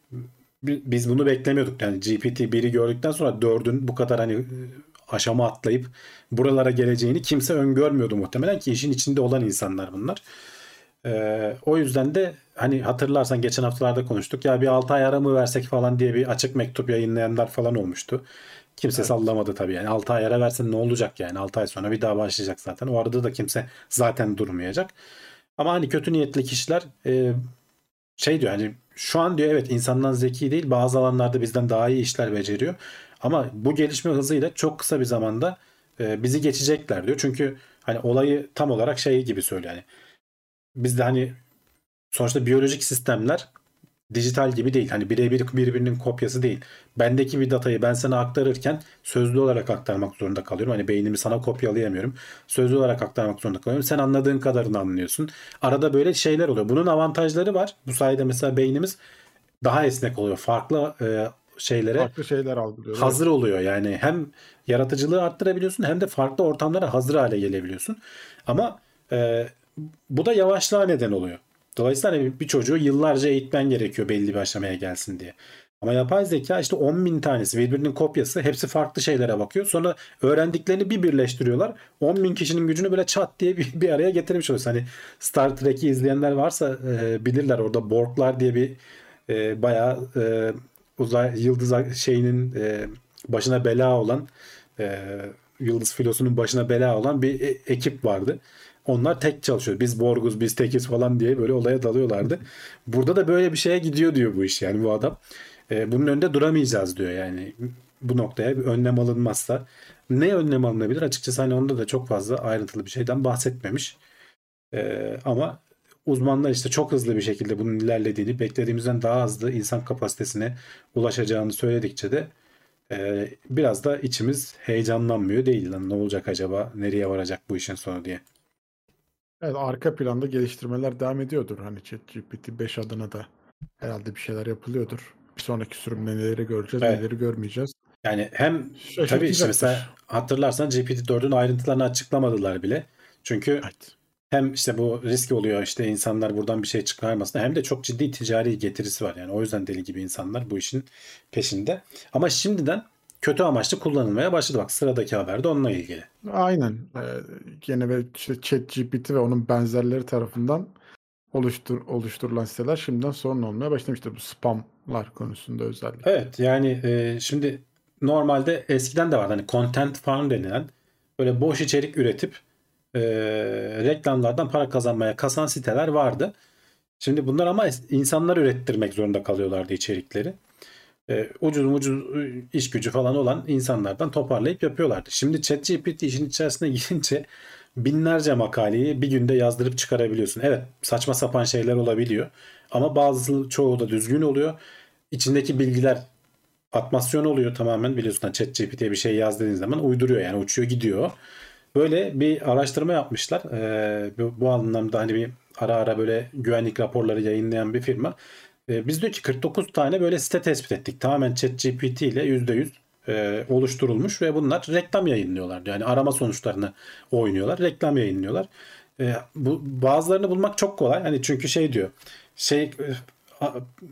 bi- biz bunu beklemiyorduk. Yani G P T biri gördükten sonra dördün bu kadar hani e, aşama atlayıp buralara geleceğini kimse öngörmüyordu muhtemelen, ki işin içinde olan insanlar bunlar. Ee, o yüzden de hani hatırlarsan geçen haftalarda konuştuk ya, bir altı ay ara mı versek falan diye bir açık mektup yayınlayanlar falan olmuştu. Kimse Evet. sallamadı tabii, yani altı ay ara versen ne olacak, yani altı ay sonra bir daha başlayacak zaten. O arada da kimse zaten durmayacak. Ama hani kötü niyetli kişiler e, şey diyor, hani şu an diyor evet insandan zeki değil, bazı alanlarda bizden daha iyi işler beceriyor. Ama bu gelişme hızıyla çok kısa bir zamanda e, bizi geçecekler diyor. Çünkü hani olayı tam olarak şey gibi söylüyor. Yani bizde hani sonuçta biyolojik sistemler dijital gibi değil. Hani birebir birbirinin kopyası değil. Bendeki bir datayı ben sana aktarırken sözlü olarak aktarmak zorunda kalıyorum. Hani beynimi sana kopyalayamıyorum. Sözlü olarak aktarmak zorunda kalıyorum. Sen anladığın kadarını anlıyorsun. Arada böyle şeyler oluyor. Bunun avantajları var. Bu sayede mesela beynimiz daha esnek oluyor. Farklı e, şeylere Farklı şeyler algılıyor. Evet. hazır oluyor. Yani hem yaratıcılığı arttırabiliyorsun hem de farklı ortamlara hazır hale gelebiliyorsun. Ama e, bu da yavaşlığa neden oluyor. Dolayısıyla hani bir çocuğu yıllarca eğitmen gerekiyor belli bir aşamaya gelsin diye. Ama yapay zeka işte on bin tanesi birbirinin kopyası, hepsi farklı şeylere bakıyor. Sonra öğrendiklerini bir birleştiriyorlar. on bin kişinin gücünü böyle çat diye bir, bir araya getirmiş oluyorsun. Hani Star Trek'i izleyenler varsa e, bilirler, orada Borg'lar diye bir e, bayağı e, uzay yıldız şeyinin e, başına bela olan e, yıldız filosunun başına bela olan bir e- ekip vardı. Onlar tek çalışıyor. Biz Borguz, biz tekiz falan diye böyle olaya dalıyorlardı. Burada da böyle bir şeye gidiyor diyor bu iş, yani bu adam. E, bunun önünde duramayacağız diyor yani. Bu noktaya bir önlem alınmazsa. Ne önlem alınabilir? Açıkçası hani onda da çok fazla ayrıntılı bir şeyden bahsetmemiş. E, ama uzmanlar işte çok hızlı bir şekilde bunun ilerlediğini, beklediğimizden daha hızlı insan kapasitesine ulaşacağını söyledikçe de Ee, biraz da içimiz heyecanlanmıyor değil lan, ne olacak acaba, nereye varacak bu işin sonu diye. Evet, arka planda geliştirmeler devam ediyordur. Hani ChatGPT beş adına da herhalde bir şeyler yapılıyordur. Bir sonraki sürümde neleri göreceğiz, Evet. neleri görmeyeceğiz. Yani hem tabii işte Şaşırtacaktır. mesela hatırlarsan G P T dördün ayrıntılarını açıklamadılar bile. Çünkü Evet. hem işte bu risk oluyor, işte insanlar buradan bir şey çıkarmasın, hem de çok ciddi ticari getirisi var. Yani o yüzden deli gibi insanlar bu işin peşinde. Ama şimdiden kötü amaçlı kullanılmaya başladı. Bak, sıradaki haber de onunla ilgili. Aynen. Ee, gene ve işte ChatGPT ve onun benzerleri tarafından oluştur oluşturulan siteler şimdiden sorun olmaya başlamıştır bu spamlar konusunda özellikle. Evet, yani e, şimdi normalde eskiden de vardı hani content farm denilen, böyle boş içerik üretip e, reklamlardan para kazanmaya kasan siteler vardı. Şimdi bunlar ama insanlar ürettirmek zorunda kalıyorlardı içerikleri. E, ucuz ucuz iş gücü falan olan insanlardan toparlayıp yapıyorlardı. Şimdi ChatGPT işin içerisine girince binlerce makaleyi bir günde yazdırıp çıkarabiliyorsun. Evet, saçma sapan şeyler olabiliyor ama bazı, çoğu da düzgün oluyor. İçindeki bilgiler atmasyon oluyor tamamen, biliyorsun. ChatGPT'ye bir şey yazdığınız zaman uyduruyor, yani uçuyor gidiyor. Böyle bir araştırma yapmışlar. Ee, bu, bu anlamda hani bir ara ara böyle güvenlik raporları yayınlayan bir firma. Ee, biz diyor ki kırk dokuz tane böyle site tespit ettik. Tamamen ChatGPT ile yüzde yüz e, oluşturulmuş ve bunlar reklam yayınlıyorlar. Yani arama sonuçlarını oynuyorlar, reklam yayınlıyorlar. Ee, bu bazılarını bulmak çok kolay. Hani çünkü şey diyor. Şey e, a-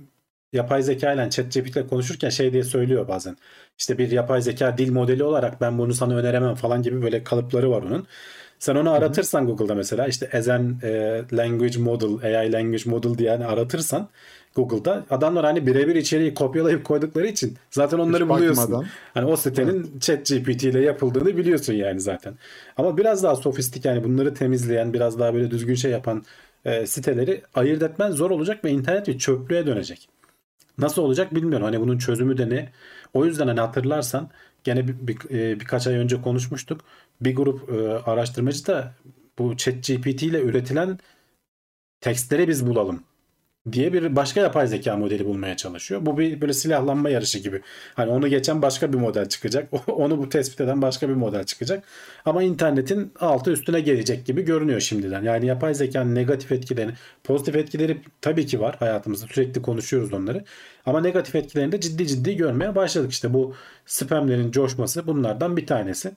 yapay zeka ile ChatGPT ile konuşurken şey diye söylüyor bazen. İşte bir yapay zeka dil modeli olarak ben bunu sana öneremem falan gibi böyle kalıpları var onun. Sen onu Hı hı. aratırsan Google'da mesela işte as an e, language model, A I language model diye hani aratırsan Google'da, adamlar hani birebir içeriği kopyalayıp koydukları için zaten onları Hiç buluyorsun. bakmadan. Hani o Evet. sitenin ChatGPT ile yapıldığını biliyorsun yani zaten. Ama biraz daha sofistik, yani bunları temizleyen, biraz daha böyle düzgün şey yapan e, siteleri ayırt etmen zor olacak ve internet bir çöplüğe dönecek. Nasıl olacak bilmiyorum. Hani bunun çözümü de ne? O yüzden hani hatırlarsan gene bir, bir- e, birkaç ay önce konuşmuştuk. Bir grup e, araştırmacı da bu ChatGPT ile üretilen tekstleri biz bulalım diye bir başka yapay zeka modeli bulmaya çalışıyor. Bu bir böyle silahlanma yarışı gibi. Hani onu geçen başka bir model çıkacak. Onu bu tespit eden başka bir model çıkacak. Ama internetin altı üstüne gelecek gibi görünüyor şimdiden. Yani yapay zekanın negatif etkilerini, pozitif etkileri tabii ki var hayatımızda. Sürekli konuşuyoruz onları. Ama negatif etkilerini de ciddi ciddi görmeye başladık. İşte bu spamlerin coşması bunlardan bir tanesi.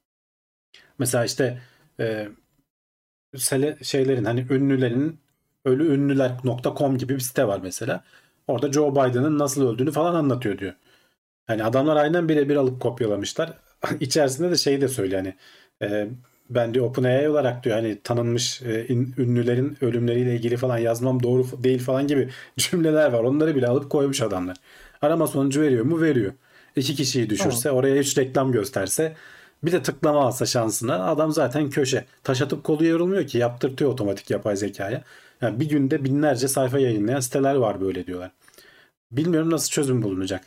Mesela işte e, sele- şeylerin, hani ünlülerin, ölü ünlüler nokta com gibi bir site var mesela. Orada Joe Biden'ın nasıl öldüğünü falan anlatıyor diyor. Hani adamlar aynen birebir alıp kopyalamışlar. İçerisinde de şey de söylüyor, hani e, ben diyor OpenAI olarak diyor hani tanınmış e, in- ünlülerin ölümleriyle ilgili falan yazmam doğru f- değil falan gibi cümleler var. Onları bile alıp koymuş adamlar. Arama sonucu veriyor mu? Veriyor. İki kişiyi Tamam. düşürse, oraya üç reklam gösterse, bir de tıklama alsa şansına, adam zaten köşe. Taş atıp kolu yorulmuyor ki, yaptırtıyor otomatik yapay zekaya. Yani bir günde binlerce sayfa yayınlayan siteler var böyle diyorlar. Bilmiyorum nasıl çözüm bulunacak.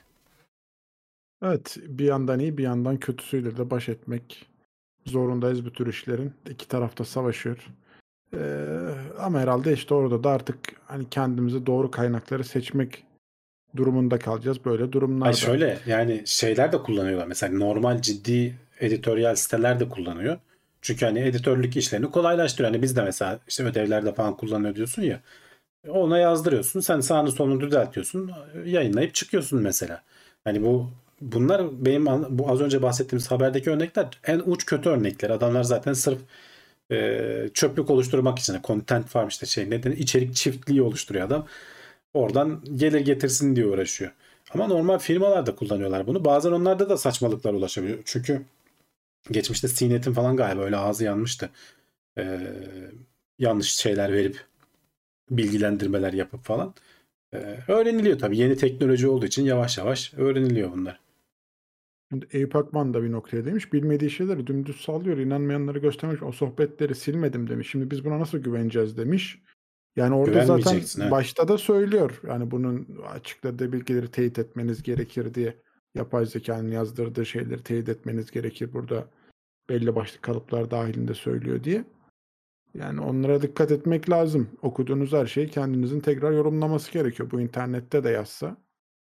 Evet, bir yandan iyi, bir yandan kötüsüyle de baş etmek zorundayız bu tür işlerin. İki tarafta savaşıyor. Ee, ama herhalde işte orada da artık hani kendimize doğru kaynakları seçmek durumunda kalacağız böyle Ay durumlarda. şöyle, yani şeyler de kullanıyorlar. Mesela normal ciddi editoryal siteler de kullanıyor. Çünkü hani editörlük işlerini kolaylaştırıyor. Hani biz de mesela işte ödevlerde falan kullanıyor diyorsun ya. Ona yazdırıyorsun. Sen sağını solunu düzeltiyorsun. Yayınlayıp çıkıyorsun mesela. Hani bu bunlar benim an- bu az önce bahsettiğimiz haberdeki örnekler en uç kötü örnekler. Adamlar zaten sırf e, çöplük oluşturmak için, content farm işte şey neden içerik çiftliği oluşturuyor adam. Oradan gelir getirsin diye uğraşıyor. Ama normal firmalar da kullanıyorlar bunu. Bazen onlarda da saçmalıklar ulaşabiliyor. Çünkü geçmişte C NET'in falan galiba öyle ağzı yanmıştı. Ee, yanlış şeyler verip bilgilendirmeler yapıp falan. Ee, öğreniliyor tabii. Yeni teknoloji olduğu için yavaş yavaş öğreniliyor bunlar. Şimdi Eyüp Akman da bir noktaya demiş. Bilmediği şeyleri dümdüz sallıyor. İnanmayanları göstermiş. O sohbetleri silmedim demiş. Şimdi biz buna nasıl güveneceğiz demiş. Yani orada zaten Güvenmeyeceksin ha. başta da söylüyor. Yani bunun açıkladığı bilgileri teyit etmeniz gerekir diye. Yapay zekanın yazdırdığı şeyleri teyit etmeniz gerekir. Burada belli başlı kalıplar dahilinde söylüyor diye. Yani onlara dikkat etmek lazım. Okuduğunuz her şeyi kendinizin tekrar yorumlaması gerekiyor. Bu internette de yazsa.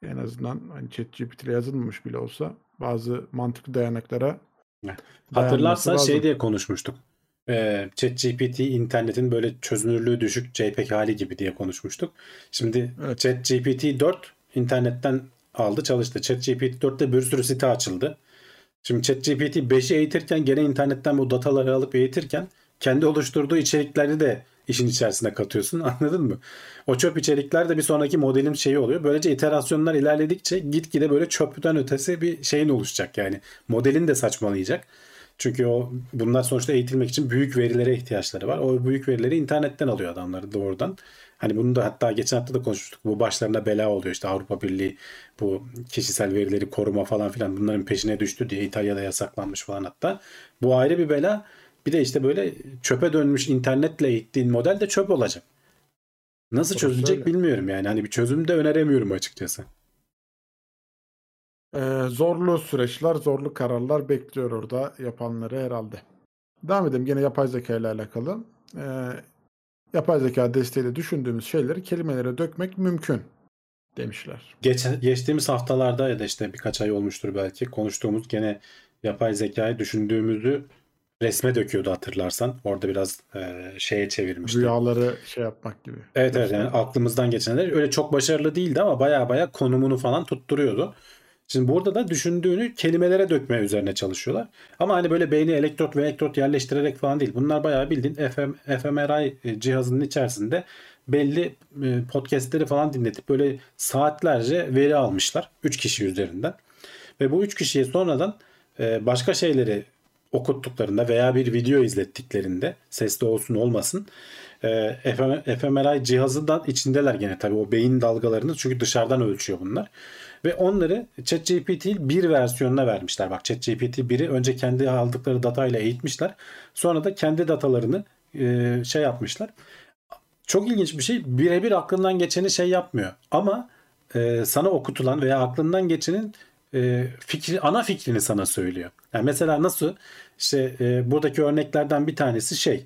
En azından hani ChatGPT ile yazılmamış bile olsa bazı mantıklı dayanaklara dayanması Hatırlarsan lazım. şey diye konuşmuştuk. Ee, ChatGPT internetin böyle çözünürlüğü düşük JPEG hali gibi diye konuşmuştuk. Şimdi Evet. ChatGPT dört internetten aldı çalıştı. ChatGPT dörtte bir sürü site açıldı. Şimdi ChatGPT beşi eğitirken gene internetten bu dataları alıp eğitirken kendi oluşturduğu içerikleri de işin içerisine katıyorsun. Anladın mı? O çöp içerikler de bir sonraki modelin şeyi oluyor. Böylece iterasyonlar ilerledikçe gitgide böyle çöpten ötesi bir şeyin oluşacak yani. Modelin de saçmalayacak. Çünkü o bunlar sonuçta eğitilmek için büyük verilere ihtiyaçları var. O büyük verileri internetten alıyor adamlar doğrudan. Hani bunu da hatta geçen hafta da konuşmuştuk. Bu başlarına bela oluyor işte Avrupa Birliği bu kişisel verileri koruma falan filan bunların peşine düştü diye İtalya'da yasaklanmış falan hatta. Bu ayrı bir bela. Bir de işte böyle çöpe dönmüş internetle eğittiğin model de çöp olacak. Nasıl Orası çözülecek öyle. bilmiyorum yani. Hani bir çözüm de öneremiyorum açıkçası. Ee, zorlu süreçler, zorlu kararlar bekliyor orada yapanları herhalde. Devam edelim gene yapay zeka ile alakalı. Ee, yapay zeka desteğiyle düşündüğümüz şeyleri kelimelere dökmek mümkün demişler. Geç, geçtiğimiz haftalarda ya da işte birkaç ay olmuştur belki konuştuğumuz gene yapay zekayı düşündüğümüzü resme döküyordu hatırlarsan. Orada biraz e, şeye çevirmişti. Rüyaları şey yapmak gibi. Evet evet yani göstermek. aklımızdan geçenler öyle çok başarılı değildi ama baya baya konumunu falan tutturuyordu. Şimdi burada da düşündüğünü kelimelere dökme üzerine çalışıyorlar. Ama hani böyle beyni elektrot ve elektrot yerleştirerek falan değil. Bunlar bayağı bildiğin F M, F M R I cihazının içerisinde belli e, podcastleri falan dinletip böyle saatlerce veri almışlar. üç kişi üzerinden. Ve bu üç kişiye sonradan e, başka şeyleri okuttuklarında veya bir video izlettiklerinde sesli olsun olmasın e, F M R I cihazından içindeler gene tabii o beyin dalgalarını çünkü dışarıdan ölçüyor bunlar. Ve onları ChatGPT bir versiyonuna vermişler. Bak ChatGPT biri önce kendi aldıkları datayla eğitmişler. Sonra da kendi datalarını e, şey yapmışlar. Çok ilginç bir şey. Birebir aklından geçeni şey yapmıyor. Ama e, sana okutulan veya aklından geçenin e, fikri, ana fikrini sana söylüyor. Yani mesela nasıl? İşte e, buradaki örneklerden bir tanesi şey.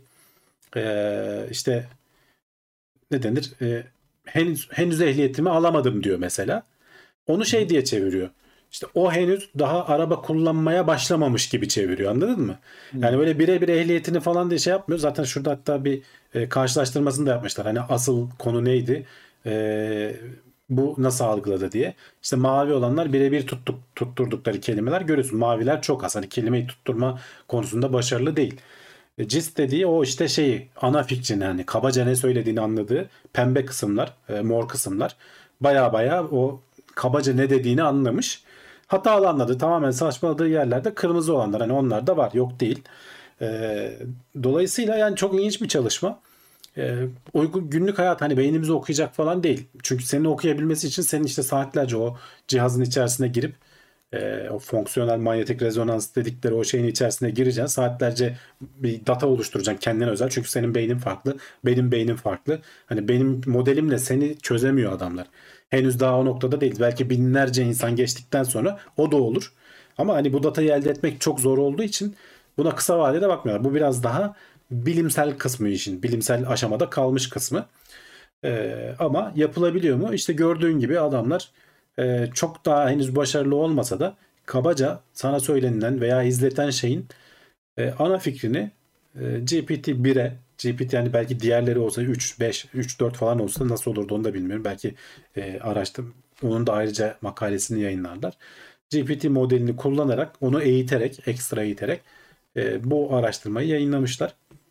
E, işte ne denir? E, henüz, henüz ehliyetimi alamadım diyor mesela. Onu şey diye çeviriyor. İşte o henüz daha araba kullanmaya başlamamış gibi çeviriyor. Anladın mı? Yani böyle birebir ehliyetini falan diye şey yapmıyor. Zaten şurada hatta bir e, karşılaştırmasını da yapmışlar. Hani asıl konu neydi? E, bu nasıl algıladı diye. İşte mavi olanlar birebir tuttuk, tutturdukları kelimeler görüyorsun. Maviler çok az. Hani kelimeyi tutturma konusunda başarılı değil. E, Gist dediği o işte şeyi ana fikrini yani kabaca ne söylediğini anladığı pembe kısımlar, e, mor kısımlar baya baya o kabaca ne dediğini anlamış. Hatalı anladı. Tamamen saçmaladığı yerlerde kırmızı olanlar. Hani onlar da var. Yok değil. E, dolayısıyla yani çok ilginç bir çalışma. E, uygun günlük hayat hani beynimizi okuyacak falan değil. Çünkü senin okuyabilmesi için senin işte saatlerce o cihazın içerisine girip e, o fonksiyonel manyetik rezonans dedikleri o şeyin içerisine gireceksin. Saatlerce bir data oluşturacaksın kendine özel. Çünkü senin beynin farklı. Benim beynim farklı. Hani benim modelimle seni çözemiyor adamlar. Henüz daha o noktada değil. Belki binlerce insan geçtikten sonra o da olur. Ama hani bu datayı elde etmek çok zor olduğu için buna kısa vadede bakmıyorlar. Bu biraz daha bilimsel kısmı işin. Bilimsel aşamada kalmış kısmı. Ee, ama yapılabiliyor mu? İşte gördüğün gibi adamlar e, çok daha henüz başarılı olmasa da kabaca sana söylenilen veya izleten şeyin e, ana fikrini e, G P T bire G P T yani belki diğerleri olsa üç, beş, üç, dört falan olsa nasıl olurdu onu da bilmiyorum. Belki e, araştırdım. Onun da ayrıca makalesini yayınlarlar. G P T modelini kullanarak onu eğiterek, ekstra eğiterek e, bu araştırmayı yayınlamışlar.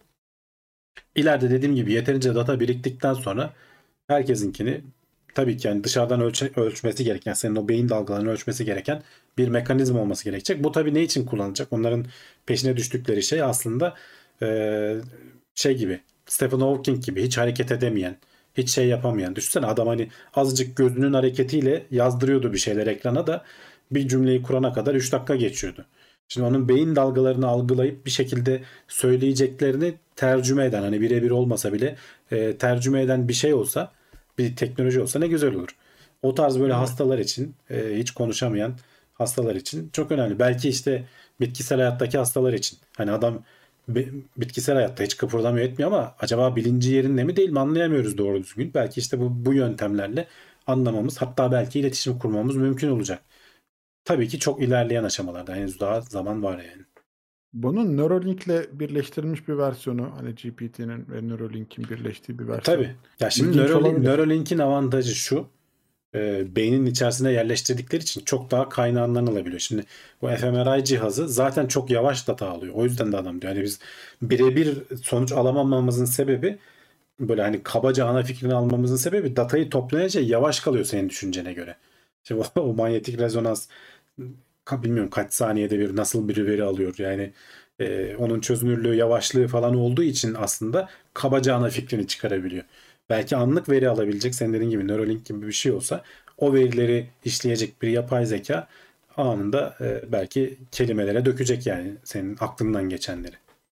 İleride dediğim gibi yeterince data biriktikten sonra herkesinkini tabii ki yani dışarıdan ölçe, ölçmesi gereken, senin o beyin dalgalarını ölçmesi gereken bir mekanizma olması gerekecek. Bu tabii ne için kullanılacak? Onların peşine düştükleri şey aslında e, şey gibi, Stephen Hawking gibi hiç hareket edemeyen, hiç şey yapamayan. Düşünsene adam hani azıcık gözünün hareketiyle yazdırıyordu bir şeyler ekrana da bir cümleyi kurana kadar üç dakika geçiyordu. Şimdi onun beyin dalgalarını algılayıp bir şekilde söyleyeceklerini tercüme eden hani birebir olmasa bile e, tercüme eden bir şey olsa bir teknoloji olsa ne güzel olur. O tarz böyle Evet. hastalar için e, hiç konuşamayan hastalar için çok önemli. Belki işte bitkisel hayattaki hastalar için. Hani adam bi- bitkisel hayatta hiç kıpırdamıyor etmiyor ama acaba bilinci yerinde mi değil mi anlayamıyoruz doğru düzgün. Belki işte bu, bu yöntemlerle anlamamız, hatta belki iletişim kurmamız mümkün olacak. Tabii ki çok ilerleyen aşamalarda. Henüz daha zaman var yani. Bunun Neuralink'le birleştirilmiş bir versiyonu, hani G P T'nin ve Neuralink'in birleştiği bir versiyon. Tabii. Ya şimdi İlginç Neuralink, olabilir. Neuralink'in avantajı şu. E, beynin içerisine yerleştirdikleri için çok daha kaynağından alabiliyor. Şimdi bu F M R I cihazı zaten çok yavaş data alıyor. O yüzden de adam diyor. Yani biz birebir sonuç alamamamızın sebebi, böyle hani kabaca ana fikrini almamızın sebebi, datayı toplayınca yavaş kalıyor senin düşüncene göre. Şimdi o, o manyetik rezonans bilmiyorum kaç saniyede bir nasıl bir veri alıyor. Yani e, onun çözünürlüğü, yavaşlığı falan olduğu için aslında kabaca ana fikrini çıkarabiliyor. Belki anlık veri alabilecek, senin dediğin gibi Neuralink gibi bir şey olsa, o verileri işleyecek bir yapay zeka anında e, belki kelimelere dökecek yani senin aklından geçenleri.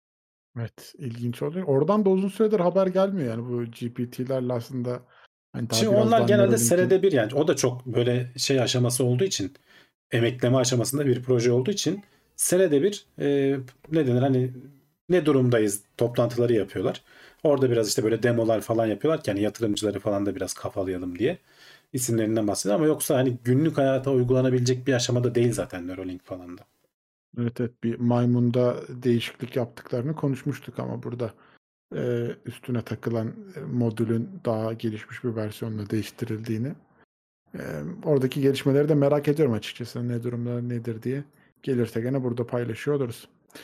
Evet, ilginç oluyor. Oradan da uzun süredir haber gelmiyor yani bu G P T'lerle aslında. Hani daha Şimdi biraz onlar daha genelde Neuralink'in senede bir, yani o da çok böyle şey aşaması olduğu için, emekleme aşamasında bir proje olduğu için senede bir e, ne denir hani ne durumdayız toplantıları yapıyorlar. Orada biraz işte böyle demolar falan yapıyorlar ki hani yatırımcıları falan da biraz kafalayalım diye isimlerinden bahsediyor, ama yoksa hani günlük hayata uygulanabilecek bir aşamada değil zaten Neuralink falan da. evet, evet, bir maymunda değişiklik yaptıklarını konuşmuştuk ama burada e, üstüne takılan e, modülün daha gelişmiş bir versiyonla değiştirildiğini. E, oradaki gelişmeleri de merak ediyorum açıkçası. Ne durumda nedir diye. Gelirse gene burada paylaşıyor oluruz.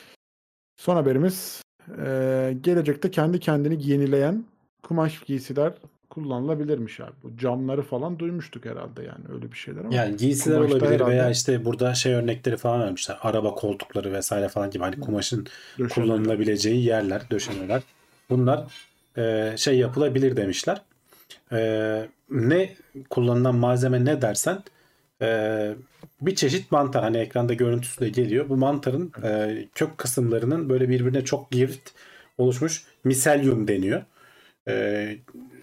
Son haberimiz, e, gelecekte kendi kendini yenileyen kumaş giysiler kullanılabilirmiş abi. Bu camları falan duymuştuk herhalde, yani öyle bir şeyler, ama Yani giysiler kumaşta olabilir veya herhalde işte burada şey örnekleri falan vermişler. Araba koltukları vesaire falan gibi, hani kumaşın döşemeler. kullanılabileceği yerler, döşemeler. Bunlar e, şey yapılabilir demişler. E, ne kullanılan malzeme ne dersen, e, bir çeşit mantar, hani ekranda görüntüsü de geliyor. Bu mantarın e, kök kısımlarının böyle birbirine çok girt oluşmuş miselyum deniyor. E,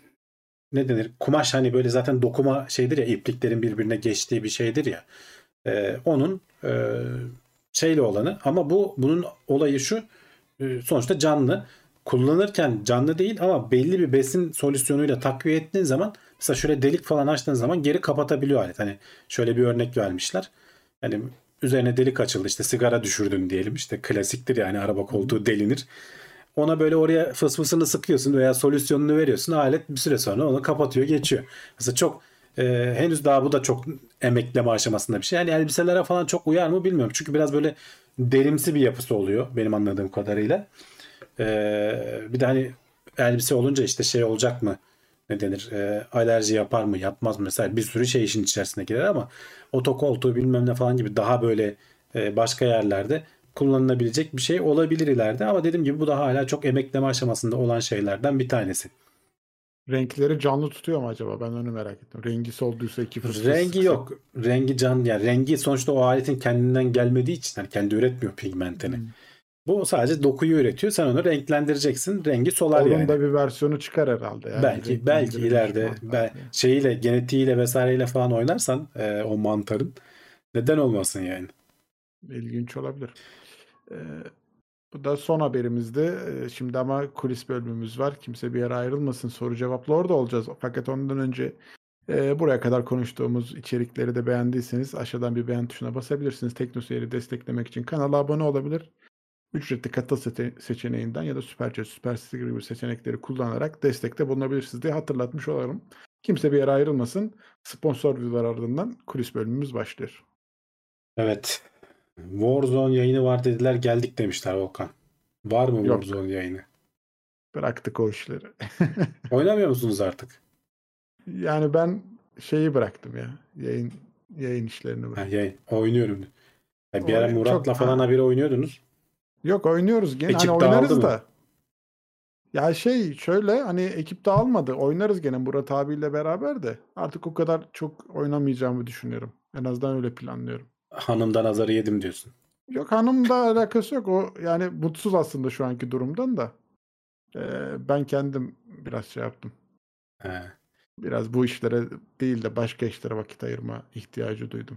ne denir? Kumaş hani böyle zaten dokuma şeydir ya, ipliklerin birbirine geçtiği bir şeydir ya. Ee, onun e, şeyle olanı, ama bu bunun olayı şu, e, sonuçta canlı, kullanırken canlı değil ama belli bir besin solüsyonuyla takviye ettiğin zaman, mesela şöyle delik falan açtığın zaman geri kapatabiliyor alet. Hani şöyle bir örnek vermişler. Hani üzerine delik açıldı, işte sigara düşürdün diyelim, işte klasiktir yani, araba Hı hı. koltuğu delinir. Ona böyle oraya fısfısını sıkıyorsun veya solüsyonunu veriyorsun. Alet bir süre sonra onu kapatıyor, geçiyor. Mesela çok e, henüz daha bu da çok emekleme aşamasında bir şey. Yani elbiselere falan çok uyar mı bilmiyorum. Çünkü biraz böyle derimsi bir yapısı oluyor benim anladığım kadarıyla. E, bir de hani elbise olunca işte şey olacak mı? Ne denir? E, alerji yapar mı, yapmaz mı? Mesela bir sürü şey işin içerisine girer, ama otokoltuğu bilmem ne falan gibi daha böyle e, başka yerlerde kullanılabilecek bir şey olabilir ileride, ama dediğim gibi bu da hala çok emekleme aşamasında olan şeylerden bir tanesi. Renkleri canlı tutuyor mu acaba? Ben onu merak ettim. Rengi solduysa iki fıs fıs Rengi sıksak. yok. Rengi can, yani rengi sonuçta o aletin kendinden gelmediği için, hani kendi üretmiyor pigmentini. Hmm. Bu sadece dokuyu üretiyor. Sen onu renklendireceksin. Rengi solar Onun yani. da bir versiyonu çıkar herhalde. Yani Belki belki renklendirilmiş ileride mantar be, diye. şeyiyle, genetiğiyle vesaireyle falan oynarsan e, o mantarın, neden olmasın yani. İlginç olabilir. Ee, bu da son haberimizdi. Ee, şimdi ama kulis bölümümüz var. Kimse bir yere ayrılmasın. Soru cevaplı orada olacağız. Fakat ondan önce e, buraya kadar konuştuğumuz içerikleri de beğendiyseniz aşağıdan bir beğen tuşuna basabilirsiniz. TeknoSeyir'i desteklemek için kanala abone olabilir. Ücretli katıl sete- seçeneğinden ya da Süper Süper Sticker gibi seçenekleri kullanarak destekte bulunabilirsiniz diye hatırlatmış olalım. Kimse bir yere ayrılmasın. Sponsor videolar ardından kulis bölümümüz başlıyor. Evet. Warzone yayını var dediler, geldik demişler Volkan. Var mı Yok, Warzone yayını? bıraktık o işleri. Oynamıyor musunuz artık? Yani ben şeyi bıraktım ya. Yayın yayın işlerini Ha, bıraktım. yayın. Oynuyorum. Ya bir O ara çok Murat'la falan ha, haberi oynuyordunuz. yok, oynuyoruz gene. Hani Ekip dağıldı oynarız mı? da. Ya şey şöyle, hani ekip dağılmadı. Oynarız gene Murat abiyle beraber de. Artık o kadar çok oynamayacağımı düşünüyorum. En azından öyle planlıyorum. Hanımdan azarı yedim diyorsun. Yok, hanımla alakası yok. O yani mutsuz aslında şu anki durumdan da. Ee, ben kendim biraz şey yaptım. He. Biraz bu işlere değil de başka işlere vakit ayırma ihtiyacı duydum.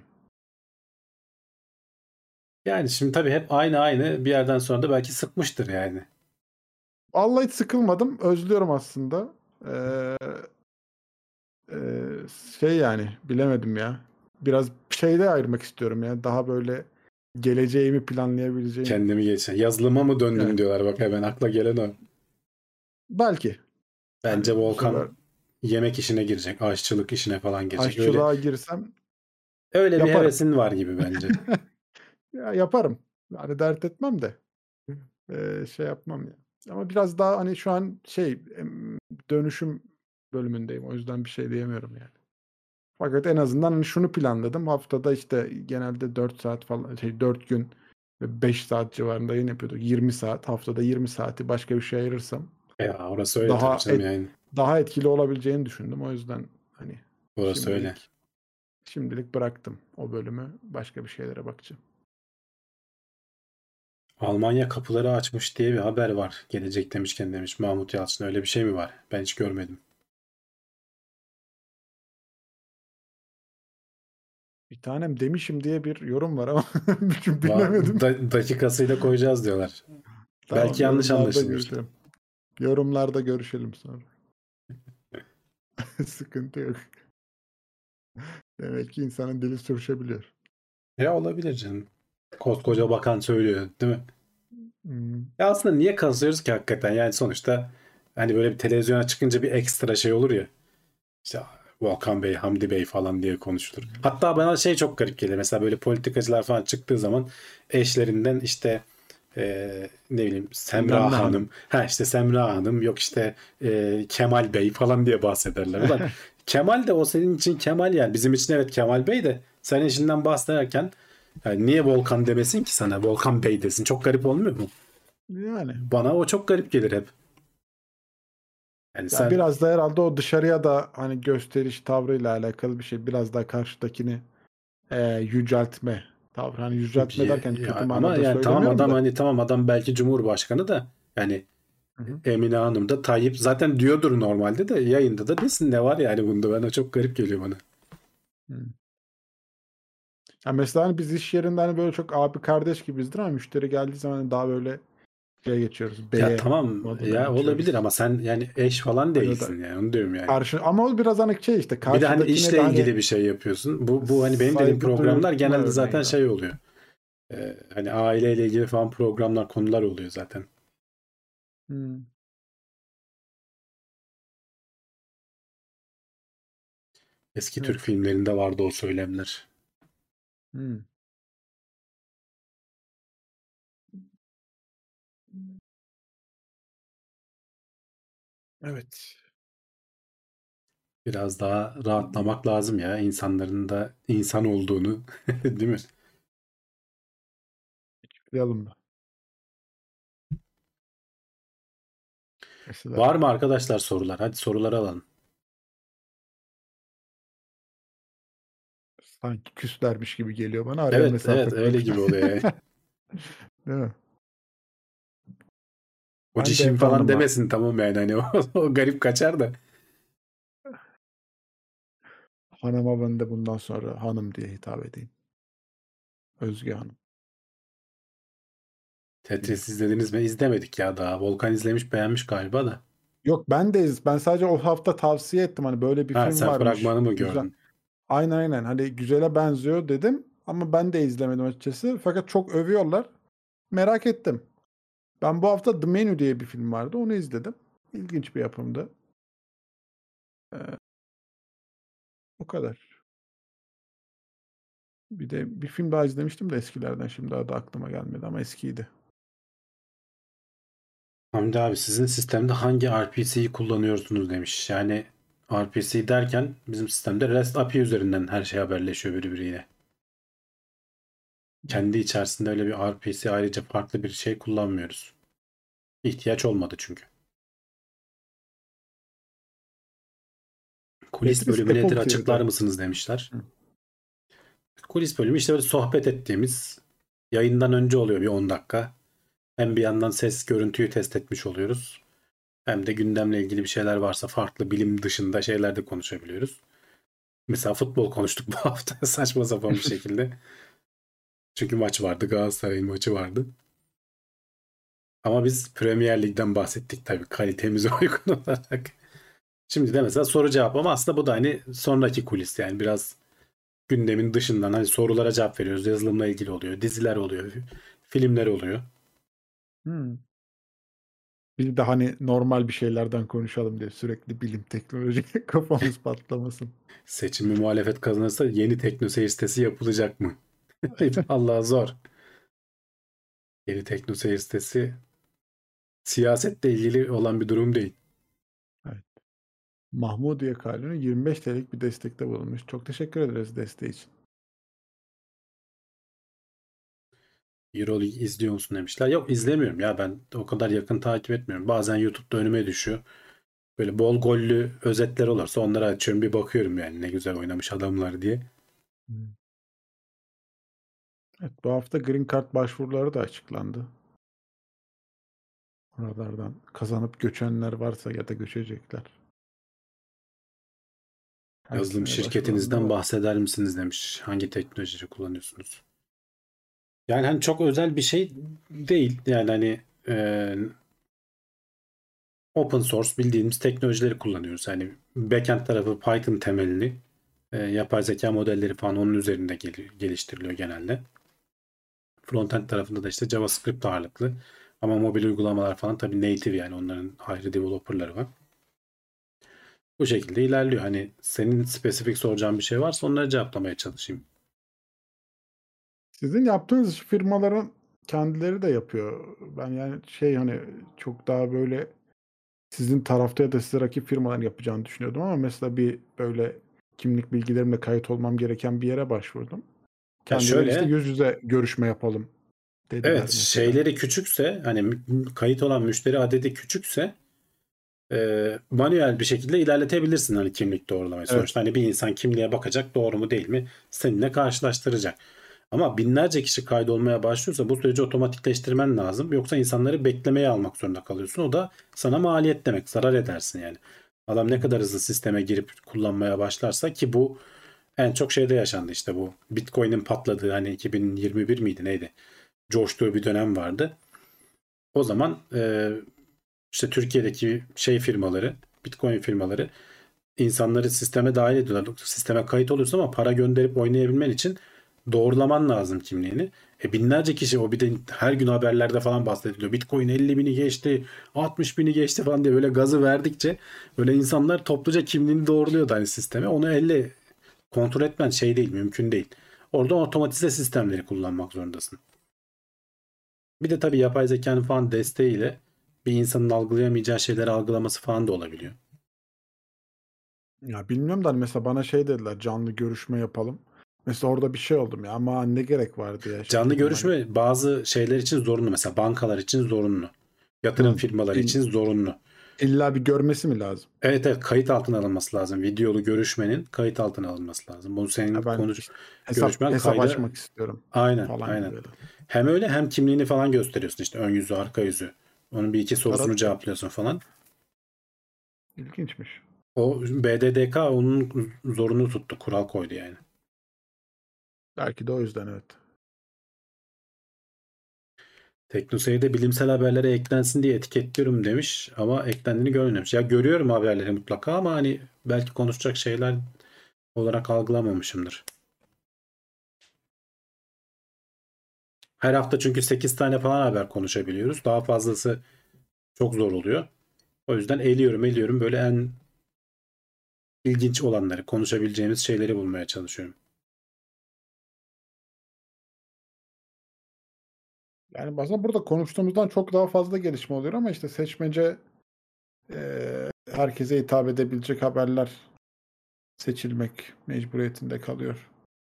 Yani şimdi tabii hep aynı aynı, bir yerden sonra da belki sıkmıştır yani. Vallahi hiç sıkılmadım. Özlüyorum aslında. Ee, Ee, şey yani bilemedim ya. Biraz şeyde ayırmak istiyorum ya. Daha böyle geleceğimi planlayabileceğim. Kendimi geçen. Yazılıma mı döndüm Evet. diyorlar, bak hemen akla gelen o. Belki. Bence Hani bu sefer Volkan yemek işine girecek. Aşçılık işine falan girecek. Öyle aşçılığa girsem öyle bir yaparım. hevesin var gibi bence. Ya yaparım. Yani dert etmem de. Ee, şey yapmam ya. Ama biraz daha hani şu an şey em, dönüşüm bölümündeyim. O yüzden bir şey diyemiyorum yani. Fakat en azından hani şunu planladım. Haftada işte genelde dört saat falan şey dört gün ve beş saat civarında yayın yapıyorduk. yirmi saat. Haftada yirmi saati başka bir şey ayırırsam Ya orası öyle tabii daha canım et, yani. daha etkili olabileceğini düşündüm. O yüzden hani Orası öyle. şimdilik şimdilik bıraktım o bölümü. Başka bir şeylere bakacağım. Almanya kapıları açmış diye bir haber var. Gelecek demişken demiş Mahmut Yalçın, öyle bir şey mi var? Ben hiç görmedim. Bir tanem demişim diye bir yorum var ama bütün Va- bilemedim. da- dakikasıyla koyacağız diyorlar. Tamam Belki yanlış yorumlarda anlaşılır. görüşelim. Yorumlarda görüşelim sonra. Sıkıntı yok. Demek ki insanın dili sürüşebiliyor. Ya olabilir canım. Koskoca bakan söylüyor, değil mi? Hmm. Ya aslında niye kazıyoruz ki hakikaten? Yani sonuçta hani böyle bir televizyona çıkınca bir ekstra şey olur ya. İşte Volkan Bey, Hamdi Bey falan diye konuşulur. Hatta bana şey çok garip gelir. Mesela böyle politikacılar falan çıktığı zaman eşlerinden işte e, ne bileyim Bilmem ne Semra hanım. Hanım. Ha işte Semra Hanım, yok işte e, Kemal Bey falan diye bahsederler. Ulan Kemal de o senin için Kemal yani. Bizim için evet Kemal Bey de sen eşinden bahsederken yani niye Volkan demesin ki sana? Volkan Bey desin. Çok garip olmuyor mu? Yani. Bana o çok garip gelir hep. Yani Ya sen biraz da herhalde o dışarıya da hani gösteriş tavrıyla alakalı bir şey. Biraz da karşıdakini e, yüceltme tavrı. Hani yüceltme derken kötü ya, ama manada yani tamam söylemiyorum adam, da. hani tamam adam belki Cumhurbaşkanı da yani Hı hı. Emine Hanım da Tayyip zaten diyordur normalde, de yayında da desin, ne var yani bunda, bana çok garip geliyor bana. Hı. Ya mesela hani biz iş yerinde hani böyle çok abi kardeş gibizdir ama müşteri geldiği zaman hani daha böyle şeye geçiyoruz. Ya Beye tamam moduna ya, olabilir geçiyoruz. ama sen yani eş falan Hani o da değilsin yani, onu diyorum yani. karşı ama o biraz hani şey işte Bir de hani karşıdakine de işle hani ilgili bir şey yapıyorsun. Bu, bu hani benim dediğim saygı programlar duyma genelde örneği zaten var. şey oluyor. Ee, hani aileyle ilgili falan programlar, konular oluyor zaten. Hı. Eski Türk Evet. filmlerinde vardı o söylemler. Hı. Evet. Biraz daha rahatlamak lazım ya, insanların da insan olduğunu, değil mi? Açıklayalım da. Mesela Var mı arkadaşlar sorular? Hadi soruları alalım. sanki küslermiş gibi geliyor bana. Araya Evet, mesafe evet öyle koymuşlar. gibi oluyor yani. Değil mi? O Ben de cişim Ebru falan Hanım'a demesin, tamam yani hani o, o garip kaçar da. hanıma ben de bundan sonra hanım diye hitap edeyim. Özge Hanım. Tetris Biliyorum. izlediniz mi? İzlemedik ya daha. Volkan izlemiş, beğenmiş galiba da. Yok ben de iz- ben sadece o hafta tavsiye ettim hani böyle bir Ha, film sen varmış. fragmanı mı Güzel. gördün? Aynen aynen. Hani güzele benziyor dedim ama ben de izlemedim açıkçası. Fakat çok övüyorlar. Merak ettim. Ben bu hafta The Menu diye bir film vardı. Onu izledim. İlginç bir yapımdı. Ee, o kadar. Bir de bir film daha izlemiştim de eskilerden. Şimdi adı aklıma gelmedi ama eskiydi. Hamdi abi, sizin sistemde hangi R P C'yi kullanıyorsunuz demiş. Yani R P C derken bizim sistemde REST A P I üzerinden her şey haberleşiyor birbiriyle. Kendi içerisinde öyle bir R P C, ayrıca farklı bir şey kullanmıyoruz. İhtiyaç olmadı çünkü. Kulis Tetris bölümü nedir, Apple açıklar T V'de. mısınız demişler. Hı. Kulis bölümü işte böyle sohbet ettiğimiz, yayından önce oluyor bir on dakika. Hem bir yandan ses görüntüyü test etmiş oluyoruz. Hem de gündemle ilgili bir şeyler varsa farklı bilim dışında şeyler de konuşabiliyoruz. Mesela futbol konuştuk bu hafta saçma sapan bir şekilde. Çünkü maç vardı, Galatasaray'ın maçı vardı. Ama biz Premier Lig'den bahsettik tabii, kalitemize uygun olarak. Şimdi de mesela soru cevap ama aslında bu da hani sonraki kulis yani biraz gündemin dışından hani sorulara cevap veriyoruz. Yazılımla ilgili oluyor, diziler oluyor, filmler oluyor. Hmm. Bir de hani normal bir şeylerden konuşalım diye sürekli bilim teknoloji kafamız patlamasın. Seçimi muhalefet kazanırsa yeni tekno seyir sitesi yapılacak mı? Allah zor. Yeni tekno seyir sitesi siyasetle ilgili olan bir durum değil. Evet. Mahmudiye Kalünü yirmi beş T L'lik bir destekte bulunmuş. Çok teşekkür ederiz desteği için. Euroleague izliyor musun demişler. Yok izlemiyorum ya ben o kadar yakın takip etmiyorum. Bazen YouTube'da önüme düşüyor. Böyle bol gollü özetler olursa onları açıyorum bir bakıyorum yani ne güzel oynamış adamlar diye. Hmm. Evet, bu hafta Green Card başvuruları da açıklandı. Oralardan kazanıp göçenler varsa ya da göçecekler. Her Yazılım sene başvuranlar şirketinizden var. bahseder misiniz demiş. Hangi teknolojiyi kullanıyorsunuz? Yani hani çok özel bir şey değil. Yani hani e, open source bildiğimiz teknolojileri kullanıyoruz. Hani backend tarafı Python temelli. E, yapay zeka modelleri falan onun üzerinde gel- geliştiriliyor genelde. Frontend tarafında da işte JavaScript ağırlıklı. Ama mobil uygulamalar falan tabii native yani onların ayrı developerları var. Bu şekilde ilerliyor. Hani senin spesifik soracağın bir şey varsa onları cevaplamaya çalışayım. Sizin yaptığınız işi firmaların kendileri de yapıyor. Ben yani şey hani çok daha böyle sizin tarafta ya da size rakip firmaların yapacağını düşünüyordum ama mesela bir böyle kimlik bilgilerimle kayıt olmam gereken bir yere başvurdum. Ya Kendileri işte şöyle yüz yüze görüşme yapalım evet dediler mesela. şeyleri küçükse hani mü- kayıt olan müşteri adedi küçükse e, manuel bir şekilde ilerletebilirsin hani kimlik doğrulamayı. Evet. Sonuçta hani bir insan kimliğe bakacak doğru mu değil mi seninle karşılaştıracak. Ama binlerce kişi kaydolmaya başlıyorsa bu süreci otomatikleştirmen lazım. Yoksa insanları beklemeye almak zorunda kalıyorsun. O da sana maliyet demek. Zarar edersin yani. Adam ne kadar hızlı sisteme girip kullanmaya başlarsa ki bu en çok şeyde yaşandı işte bu. Bitcoin'in patladığı hani iki bin yirmi bir miydi neydi? Coştuğu bir dönem vardı. O zaman e, işte Türkiye'deki şey firmaları, Bitcoin firmaları insanları sisteme dahil ediyorlar. Sisteme kayıt oluyorsun ama para gönderip oynayabilmen için doğrulaman lazım kimliğini. E binlerce kişi o bir de her gün haberlerde falan bahsediliyor. Bitcoin elli bini geçti, altmış bini geçti falan diye böyle gazı verdikçe böyle insanlar topluca kimliğini doğruluyordu hani sisteme. Onu elle kontrol etmen şey değil, mümkün değil. Orada otomatize sistemleri kullanmak zorundasın. Bir de tabii yapay zekanın falan desteğiyle bir insanın algılayamayacağı şeyleri algılaması falan da olabiliyor. Ya bilmiyorum da hani mesela bana şey dediler canlı görüşme yapalım. Mesela orada bir şey oldum ya ama ne gerek vardı ya şey Canlı dedim hani. görüşme bazı şeyler için zorunlu. Mesela bankalar için zorunlu. Yatırım Hı, firmaları il- için zorunlu. illa bir görmesi mi lazım? Evet evet kayıt altına alınması lazım. Videolu görüşmenin kayıt altına alınması lazım. Bunu senin Ya ben konuş işte hesap görüşmen hesap kayda açmak istiyorum aynen falan aynen. gibi öyle. Hem öyle hem kimliğini falan gösteriyorsun işte ön yüzü arka yüzü. Onun bir iki sorusunu Aradım. cevaplıyorsun falan. İlginçmiş. O B D D K onun zorunlu tuttu. Kural koydu yani. Belki de o yüzden evet. TeknoSeyir'de bilimsel haberlere eklensin diye etiketliyorum demiş ama eklendiğini görmemiş. Ya görüyorum haberleri mutlaka ama hani belki konuşacak şeyler olarak algılamamışımdır. Her hafta çünkü sekiz tane falan haber konuşabiliyoruz. Daha fazlası çok zor oluyor. O yüzden eliyorum eliyorum böyle en ilginç olanları, konuşabileceğimiz şeyleri bulmaya çalışıyorum. Yani bazen burada konuştuğumuzdan çok daha fazla gelişme oluyor ama işte seçmece eee, herkese hitap edebilecek haberler seçilmek mecburiyetinde kalıyor.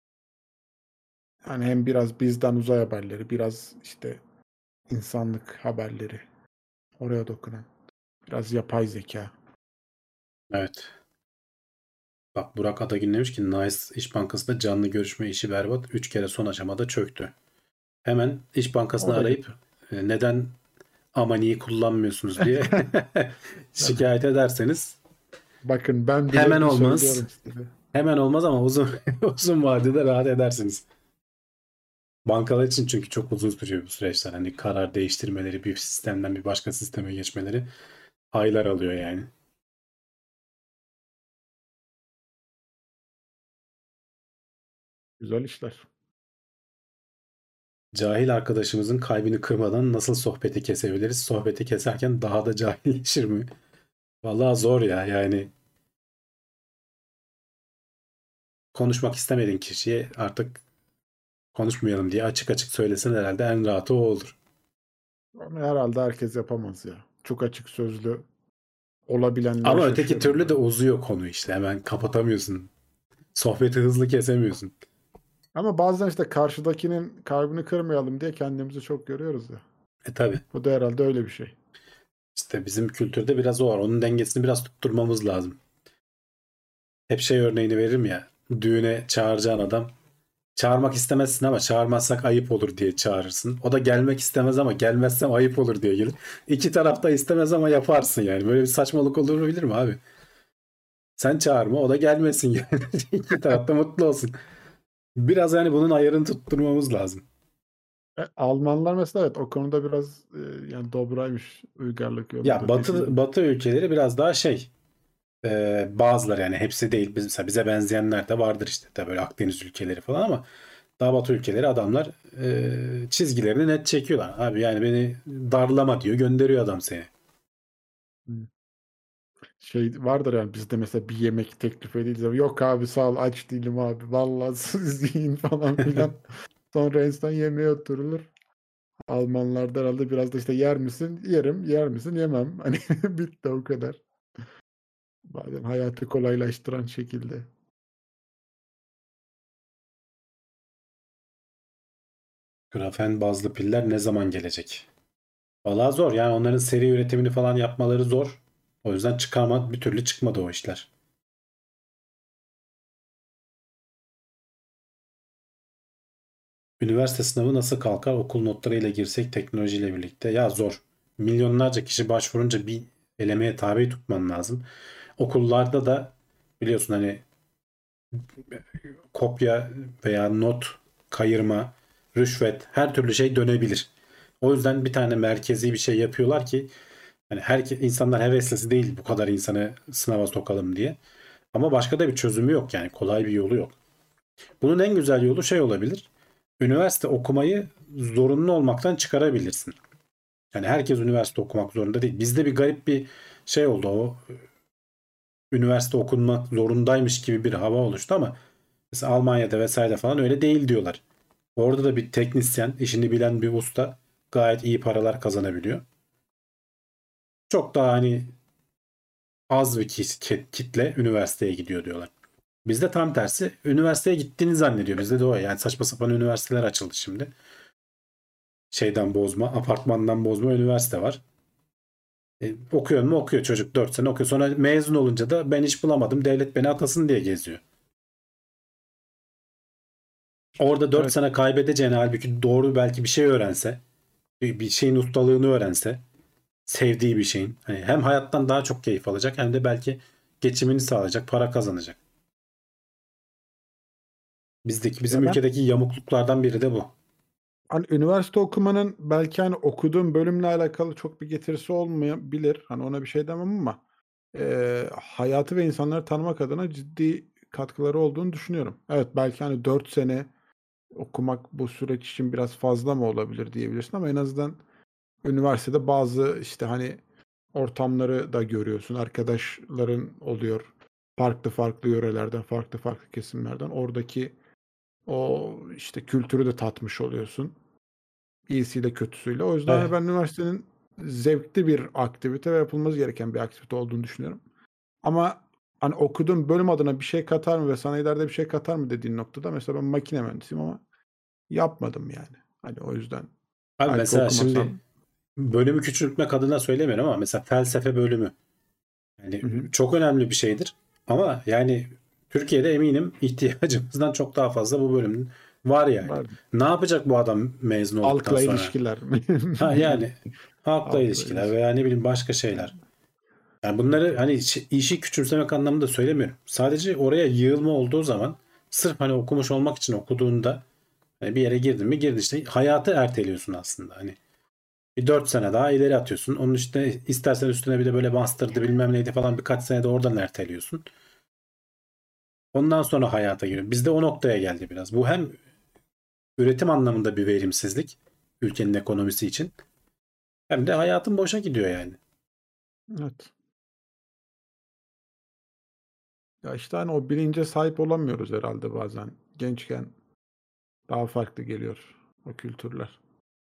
Yani hem biraz bizden uzay haberleri, biraz işte insanlık haberleri oraya dokunan. Biraz yapay zeka. Evet. Bak Burak Atagün demiş ki Nice İş Bankası'nda canlı görüşme işi berbat. Üç kere son aşamada çöktü. Hemen İş Bankası'nı O da arayıp e, neden Amani'yi kullanmıyorsunuz diye şikayet ederseniz bakın ben hemen bile olmaz. söylüyorum size. Hemen olmaz ama uzun uzun vadede rahat edersiniz. Bankalar için çünkü çok uzun sürüyor bu süreçler. Hani karar değiştirmeleri, bir sistemden bir başka sisteme geçmeleri aylar alıyor yani. Güzel işler. Cahil arkadaşımızın kalbini kırmadan nasıl sohbeti kesebiliriz? Sohbeti keserken daha da cahilleşir mi? Vallahi zor ya yani. Konuşmak istemediğin kişiye artık konuşmayalım diye açık açık söylesen herhalde en rahatı o olur. Onu herhalde herkes yapamaz ya. Çok açık sözlü olabilenleri Ama öteki şaşıyorum türlü de ben. uzuyor konu işte. Hemen kapatamıyorsun. Sohbeti hızlı kesemiyorsun. Ama bazen işte karşıdakinin kalbini kırmayalım diye kendimizi çok görüyoruz ya. E tabi. Bu da herhalde öyle bir şey. İşte bizim kültürde biraz o var. Onun dengesini biraz tutturmamız lazım. Hep şey örneğini veririm ya. Düğüne çağıracağın adam. Çağırmak istemezsin ama çağırmazsak ayıp olur diye çağırırsın. O da gelmek istemez ama gelmezsem ayıp olur diye gelir. İki taraf da istemez ama yaparsın yani. Böyle bir saçmalık olabilir mi abi? Sen çağırma, o da gelmesin yani. İki taraf da mutlu olsun. Biraz yani bunun ayarını tutturmamız lazım. E, Almanlar mesela evet o konuda biraz e, yani dobraymış uygarlık Ya yolunda dediğin Batı gibi. Batı ülkeleri biraz daha şey, e, bazıları yani hepsi değil. Biz, mesela bize benzeyenler de vardır işte de böyle Akdeniz ülkeleri falan ama daha Batı ülkeleri adamlar e, çizgilerini net çekiyorlar. Abi yani beni darlama diyor, gönderiyor adam seni. Hı. Şey vardır yani bizde mesela bir yemek teklif edildiği zaman yok abi sağ ol aç değilim abi vallahi siz yiyin falan filan. Sonra insan yemeğe oturulur. Almanlarda herhalde biraz da işte yer misin? Yerim. Yer misin? Yemem. Hani bitti o kadar. Bazen hayatı kolaylaştıran şekilde. Grafen bazlı piller ne zaman gelecek? Vallahi zor yani onların seri üretimini falan yapmaları zor. O yüzden çıkarma bir türlü çıkmadı o işler. Üniversite sınavı nasıl kalkar? Okul notlarıyla girsek teknolojiyle birlikte. Ya zor. Milyonlarca kişi başvurunca bir elemeye tabi tutman lazım. Okullarda da biliyorsun hani kopya veya not kayırma, rüşvet her türlü şey dönebilir. O yüzden bir tane merkezi bir şey yapıyorlar ki hani her insanlar heveslisi değil bu kadar insanı sınava sokalım diye. Ama başka da bir çözümü yok yani kolay bir yolu yok. Bunun en güzel yolu şey olabilir. Üniversite okumayı zorunlu olmaktan çıkarabilirsin. Yani herkes üniversite okumak zorunda değil. Bizde bir garip bir şey oldu o. Üniversite okunmak zorundaymış gibi bir hava oluştu ama mesela Almanya'da vesaire falan öyle değil diyorlar. Orada da bir teknisyen, işini bilen bir usta gayet iyi paralar kazanabiliyor. Çok daha hani az bir kitle üniversiteye gidiyor diyorlar. Bizde tam tersi üniversiteye gittiğini zannediyor. Bizde de o. Yani saçma sapan üniversiteler açıldı şimdi. Şeyden bozma, apartmandan bozma üniversite var. E, okuyor mu okuyor çocuk dört sene okuyor. Sonra mezun olunca da ben iş bulamadım devlet beni atasın diye geziyor. Orada dört Evet. sene kaybedeceğine halbuki doğru belki bir şey öğrense, bir bir şeyin ustalığını öğrense, sevdiği bir şeyin. Hani hem hayattan daha çok keyif alacak hem de belki geçimini sağlayacak, para kazanacak. Bizdeki bizim Ya ben ülkedeki yamukluklardan biri de bu. hani üniversite okumanın belki hani okuduğum bölümle alakalı çok bir getirisi olmayabilir. Hani ona bir şey demem ama eee, hayatı ve insanları tanımak adına ciddi katkıları olduğunu düşünüyorum. Evet belki hani dört sene okumak bu süreç için biraz fazla mı olabilir diyebilirsin ama en azından üniversitede bazı işte hani ortamları da görüyorsun. Arkadaşların oluyor. Farklı farklı yörelerden, farklı farklı kesimlerden. Oradaki o işte kültürü de tatmış oluyorsun. İyisiyle kötüsüyle. O yüzden hani Evet. ben üniversitenin zevkli bir aktivite ve yapılması gereken bir aktivite olduğunu düşünüyorum. Ama hani okuduğum bölüm adına bir şey katar mı ve sana ileride bir şey katar mı dediğin noktada mesela ben makine mühendisiyim ama yapmadım yani. Hani o yüzden Abi belki mesela şimdi okumasam. bölümü küçültmek adına söylemiyorum ama mesela felsefe bölümü yani Hı hı. çok önemli bir şeydir. Ama yani Türkiye'de eminim ihtiyacımızdan çok daha fazla bu bölümün var yani. Var. Ne yapacak bu adam mezun olduktan Halkla sonra? ilişkiler. Ha yani halkla Halkla ilişkiler ilişkiler. veya ne bileyim başka şeyler. Yani bunları hani iş- işi küçümsemek anlamında söylemiyorum. Sadece oraya yığılma olduğu zaman sırf hani okumuş olmak için okuduğunda hani bir yere girdin mi girdin işte hayatı erteliyorsun aslında. Hani bir dört sene daha ileri atıyorsun. Onun işte istersen üstüne bir de böyle master'dı bilmem neydi falan birkaç sene de oradan erteliyorsun. Ondan sonra hayata giriyor. Bizde o noktaya geldi biraz. Bu hem üretim anlamında bir verimsizlik ülkenin ekonomisi için hem de hayatın boşa gidiyor yani. Evet. Ya işte hani o bilince sahip olamıyoruz herhalde bazen. Gençken daha farklı geliyor o kültürler.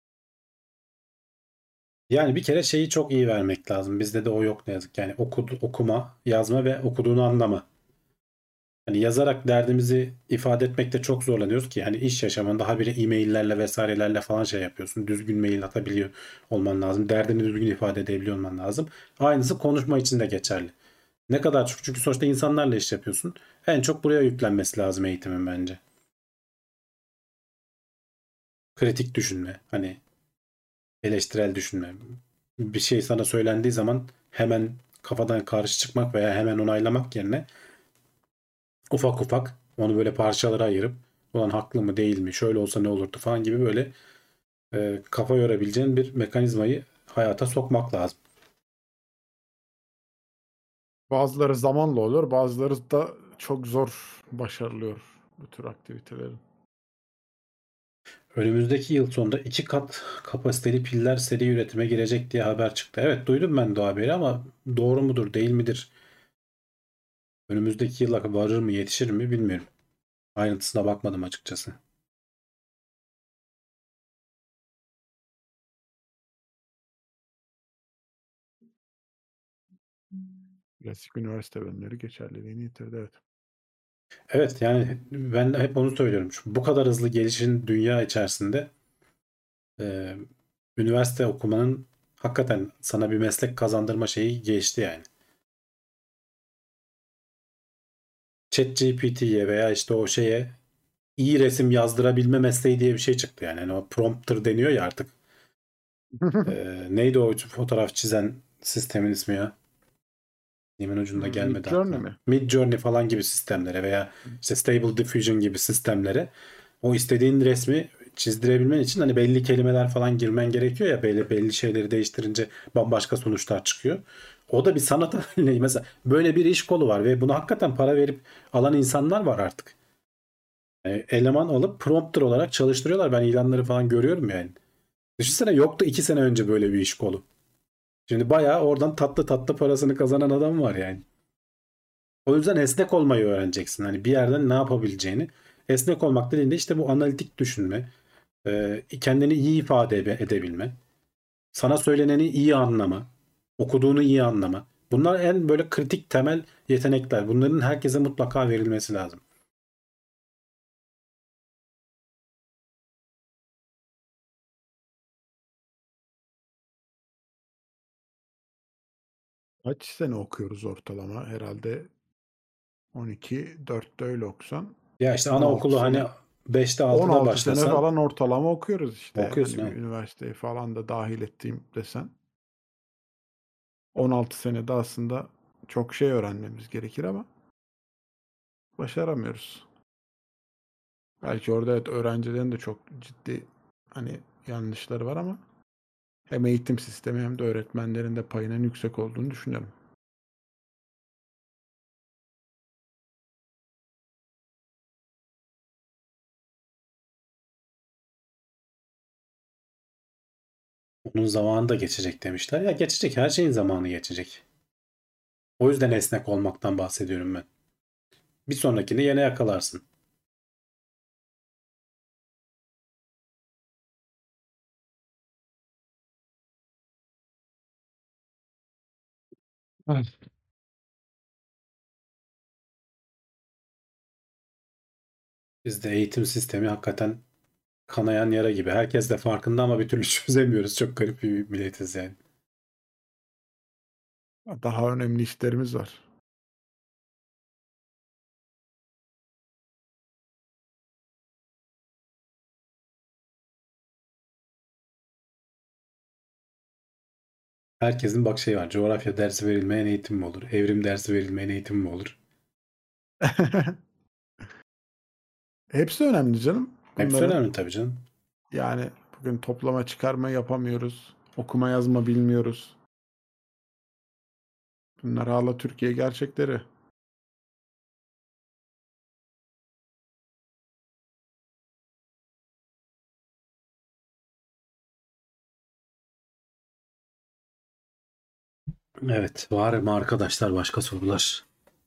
Yani bir kere şeyi çok iyi vermek lazım. Bizde de o yok ne yazık. Yani okudu, okuma, yazma ve okuduğunu anlama. Hani yazarak derdimizi ifade etmekte çok zorlanıyoruz ki hani iş yaşamında habire e-maillerle vesairelerle falan şey yapıyorsun. Düzgün mail atabiliyor olman lazım. Derdini düzgün ifade edebiliyor olman lazım. Aynısı konuşma için de geçerli. Ne kadar çok çünkü sonuçta insanlarla iş yapıyorsun. En çok buraya yüklenmesi lazım eğitimin bence. Kritik düşünme, hani eleştirel düşünme. Bir şey sana söylendiği zaman hemen kafadan karşı çıkmak veya hemen onaylamak yerine ufak ufak onu böyle parçalara ayırıp ulan haklı mı değil mi şöyle olsa ne olurdu falan gibi böyle e, kafa yorabileceğin bir mekanizmayı hayata sokmak lazım. Bazıları zamanla oluyor, bazıları da çok zor başarılıyor bu tür aktivitelerin. Önümüzdeki yıl sonunda iki kat kapasiteli piller seri üretime girecek diye haber çıktı. Evet duydum ben de o haberi ama doğru mudur değil midir? Önümüzdeki yıla varır mı yetişir mi bilmiyorum. Ayrıntısına bakmadım açıkçası. Klasik üniversite bölümleri geçerliliğini yitirdi, evet. Evet yani ben de hep onu söylüyorum. Şu bu kadar hızlı gelişin dünya içerisinde e, üniversite okumanın hakikaten sana bir meslek kazandırma şeyi geçti yani. ChatGPT'ye veya işte o şeye iyi resim yazdırabilme mesleği diye bir şey çıktı yani. Yani o prompter deniyor ya artık. E, neydi o fotoğraf çizen sistemin ismi ya? Yemin ucunda gelmedi Midjourney aklıma. mi? Midjourney falan gibi sistemlere veya işte Stable Diffusion gibi sistemlere o istediğin resmi çizdirebilmen için hani belli kelimeler falan girmen gerekiyor ya belli belli şeyleri değiştirince bambaşka sonuçlar çıkıyor. O da bir sanat haline mesela böyle bir iş kolu var ve buna hakikaten para verip alan insanlar var artık. Yani eleman alıp prompter olarak çalıştırıyorlar. Ben ilanları falan görüyorum yani. Düşünsene yoktu iki sene önce böyle bir iş kolu. Şimdi bayağı oradan tatlı tatlı parasını kazanan adam var yani. O yüzden esnek olmayı öğreneceksin. Hani bir yerden ne yapabileceğini. Esnek olmak dediğinde işte bu analitik düşünme, e, kendini iyi ifade ede- edebilme, sana söyleneni iyi anlama, okuduğunu iyi anlama. Bunlar en böyle kritik temel yetenekler. Bunların herkese mutlaka verilmesi lazım. Kaç sene okuyoruz ortalama? Herhalde on iki, dörtte öyle okusan Ya işte on altı anaokulu hani sene. beşte altıda on altı sene başlasan falan ortalama okuyoruz işte. okuyorsun Hani ha. bir üniversiteyi falan da dahil ettiğim desen. on altı senede aslında çok şey öğrenmemiz gerekir ama başaramıyoruz. Belki orada evet öğrencilerin de çok ciddi hani yanlışları var ama hem eğitim sistemi hem de öğretmenlerin de payının yüksek olduğunu düşünüyorum. Onun zamanı da geçecek demişler. Ya geçecek her şeyin zamanı geçecek. O yüzden esnek olmaktan bahsediyorum ben. Bir sonrakini yine yakalarsın. Evet. Bizde eğitim sistemi hakikaten kanayan yara gibi. Herkes de farkında ama bir türlü çözemiyoruz. Çok garip bir milletiz yani. Daha önemli işlerimiz var. Herkesin bak şey var. Coğrafya dersi verilmeyen eğitim mi olur? Evrim dersi verilmeyen eğitim mi olur? Hepsi önemli canım Hepsi bunların. önemli tabii canım. Yani bugün toplama çıkarma yapamıyoruz. Okuma yazma bilmiyoruz. Bunlar hala Türkiye gerçekleri. Evet, var mı arkadaşlar başka sorular?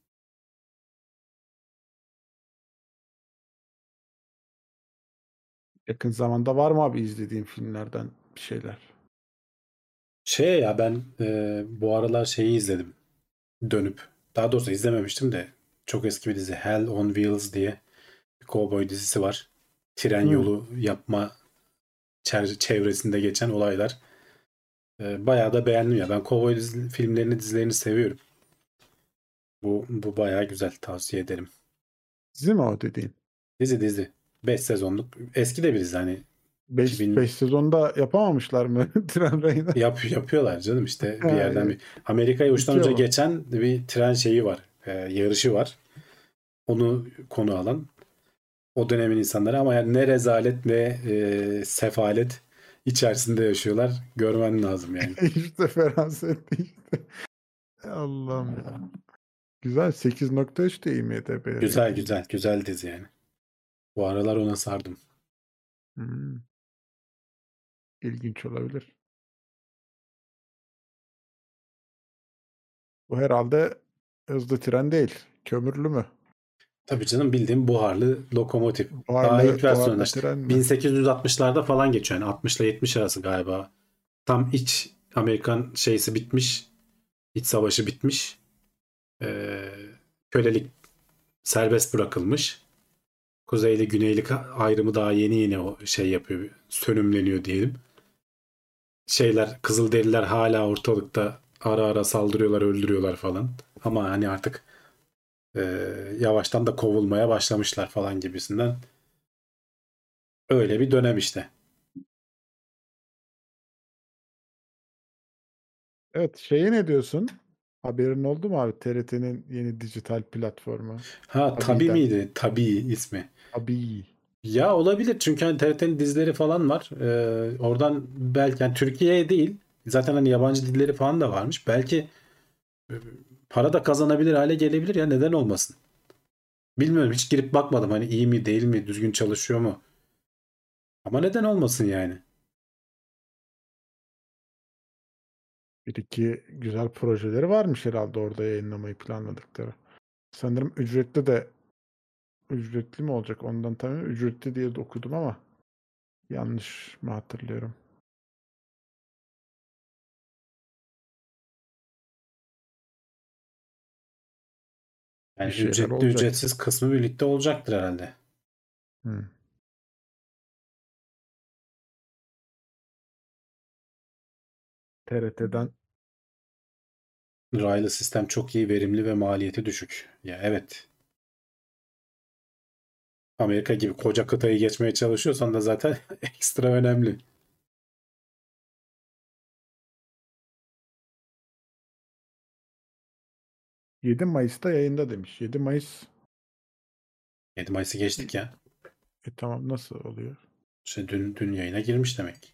Yakın zamanda var mı abi izlediğin filmlerden bir şeyler? Şey ya ben e, bu aralar şeyi izledim. Dönüp. Daha doğrusu izlememiştim de çok eski bir dizi. Hell on Wheels diye bir kovboy dizisi var. Tren Hmm. yolu yapma çer- çevresinde geçen olaylar. E, bayağı da beğendim ya. Ben kovboy dizi- filmlerini, dizilerini seviyorum. Bu, bu bayağı güzel. Tavsiye ederim. Dizi mi o dediğin? Dizi dizi. Beş sezonluk. Eski de bir dizi hani. beş iki bin sezonda yapamamışlar mı Tren Ray'ını? yap, yapıyorlar canım işte bir Ha, yerden iyi. bir. Amerika'ya uçtan Bitiyor önce mu? geçen bir tren şeyi var. E, yarışı var. Onu konu alan. O dönemin insanları ama yani ne rezalet ne e, sefalet içerisinde yaşıyorlar. Görmen lazım yani. İşte feraset işte. Allah'ım ya. Güzel. sekiz nokta üç de IMDb Güzel rating. güzel güzel dizi yani. Bu aralar ona sardım. Hmm, ilginç olabilir. Bu herhalde hızlı tren değil. Kömürlü mü? Tabii canım bildiğim buharlı lokomotif. Daha Buharlı, ilk versiyonda buharlı işte tren mi? bin sekiz yüz altmışlarda falan geçiyor. Yani altmış ile yetmiş arası galiba. Tam iç Amerikan şeysi bitmiş. İç savaşı bitmiş. Ee, kölelik serbest bırakılmış. Kuzeyli güneyli ayrımı daha yeni yeni o şey yapıyor. Sönümleniyor diyelim. Şeyler Kızılderililer hala ortalıkta ara ara saldırıyorlar, öldürüyorlar falan. Ama hani artık e, yavaştan da kovulmaya başlamışlar falan gibisinden. Öyle bir dönem işte. Evet, şeye ne diyorsun? Haberin oldu mu abi? T R T'nin yeni dijital platformu. Ha Tabii Abi'den. miydi? Tabii ismi. Abi. Ya olabilir çünkü hani T R T'nin dizileri falan var. Ee, oradan belki yani Türkiye'ye değil. Zaten hani yabancı dilleri falan da varmış. Belki e, para da kazanabilir hale gelebilir ya neden olmasın? Bilmiyorum hiç girip bakmadım hani iyi mi değil mi düzgün çalışıyor mu? Ama neden olmasın yani? Bir iki güzel projeleri varmış herhalde orada yayınlamayı planladıkları. Sanırım ücretli de ücretli mi olacak ondan tabii ücretli diye de okudum ama yanlış mı hatırlıyorum? Bir Yani şeyler ücretli olacak. ücretsiz kısmı birlikte olacaktır herhalde. Hmm. T R T'den Raylı sistem çok iyi, verimli ve maliyeti düşük. Ya evet. Amerika gibi koca kıtayı geçmeye çalışıyorsan da zaten ekstra önemli. yedi Mayıs'ta yayında demiş. yedi Mayıs yedi Mayıs'ı geçtik ya. e, tamam nasıl oluyor? İşte dün, dün yayına girmiş demek.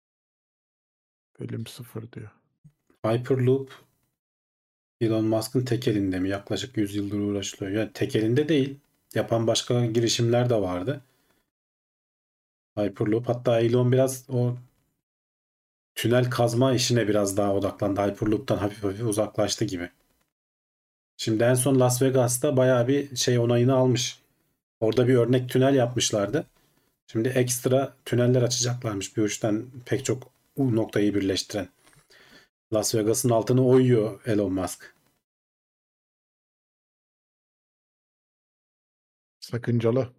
Bölüm sıfır diyor. Hyperloop Elon Musk'ın tek elinde mi? Yaklaşık yüz yıldır uğraşılıyor. Yani tek elinde değil. Yapan başka girişimler de vardı. Hyperloop hatta Elon biraz o tünel kazma işine biraz daha odaklandı. Hyperloop'tan hafif hafif uzaklaştı gibi. Şimdi en son Las Vegas'ta bayağı bir şey onayını almış. Orada bir örnek tünel yapmışlardı. Şimdi ekstra tüneller açacaklarmış bir uçtan pek çok noktayı birleştiren. Las Vegas'ın altını oyuyor Elon Musk. Sakıncalı.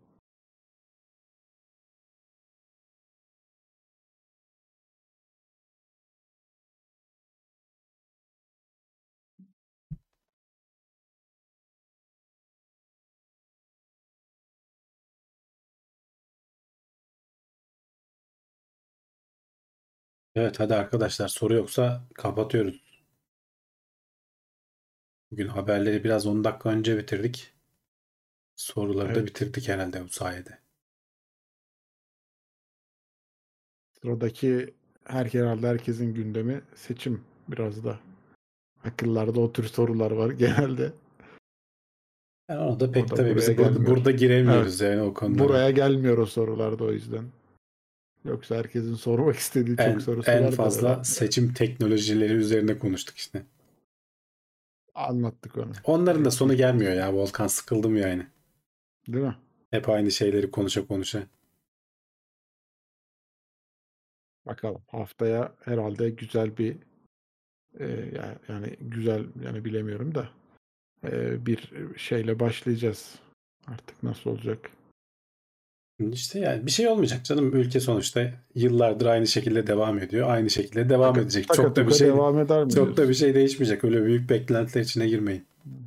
Evet hadi arkadaşlar soru yoksa kapatıyoruz. Bugün haberleri biraz on dakika önce bitirdik. Soruları da Evet. bitirdik herhalde bu sayede. Sıradaki her herhalde herkesin gündemi seçim biraz da. Akıllarda o tür sorular var genelde. Yani ona da O pek da tabii buraya biz burada, gelmiyor. burada Evet. giremiyoruz yani o konulara. Buraya gelmiyor o sorularda o yüzden. Yoksa herkesin sormak istediği çok En, sorusu en vardır fazla herhalde. seçim teknolojileri üzerine konuştuk işte. Anlattık onu. Onların da sonu gelmiyor ya Volkan, sıkıldım yani. Değil mi? Hep aynı şeyleri konuşa konuşa. Bakalım. Haftaya herhalde güzel bir e, ya- yani güzel yani bilemiyorum da e, bir şeyle başlayacağız. Artık nasıl olacak? İşte yani bir şey olmayacak canım. Ülke sonuçta yıllardır aynı şekilde devam ediyor. Aynı şekilde devam Taka- edecek. taka Çok da bir tuka şey devam eder mi çok da bir diyorsun? şey değişmeyecek. Öyle büyük beklentiler içine girmeyin.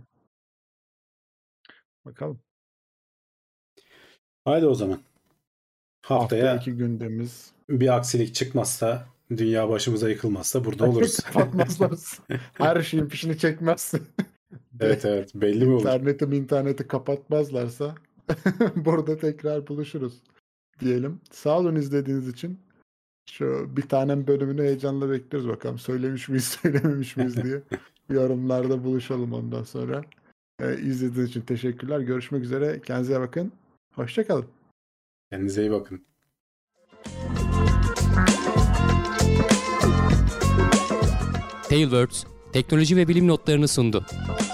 Bakalım. Haydi o zaman. Haftaya Haftaki gündemimiz bir aksilik çıkmazsa, dünya başımıza yıkılmazsa burada oluruz. kapatmazlar. Her şeyin fişini çekmezsin. Evet evet, belli mi olur? İnterneti interneti kapatmazlarsa burada tekrar buluşuruz diyelim. Sağ olun izlediğiniz için. Şu bir tanem bölümünü heyecanla bekliyoruz bakalım. Söylemiş miyiz, söylememiş miyiz diye. Yorumlarda buluşalım ondan sonra. Ee, izlediğiniz için teşekkürler. Görüşmek üzere. Kendinize bakın. Hoşça kalın. Kendinize iyi bakın. Tailwords, teknoloji ve bilim notlarını sundu.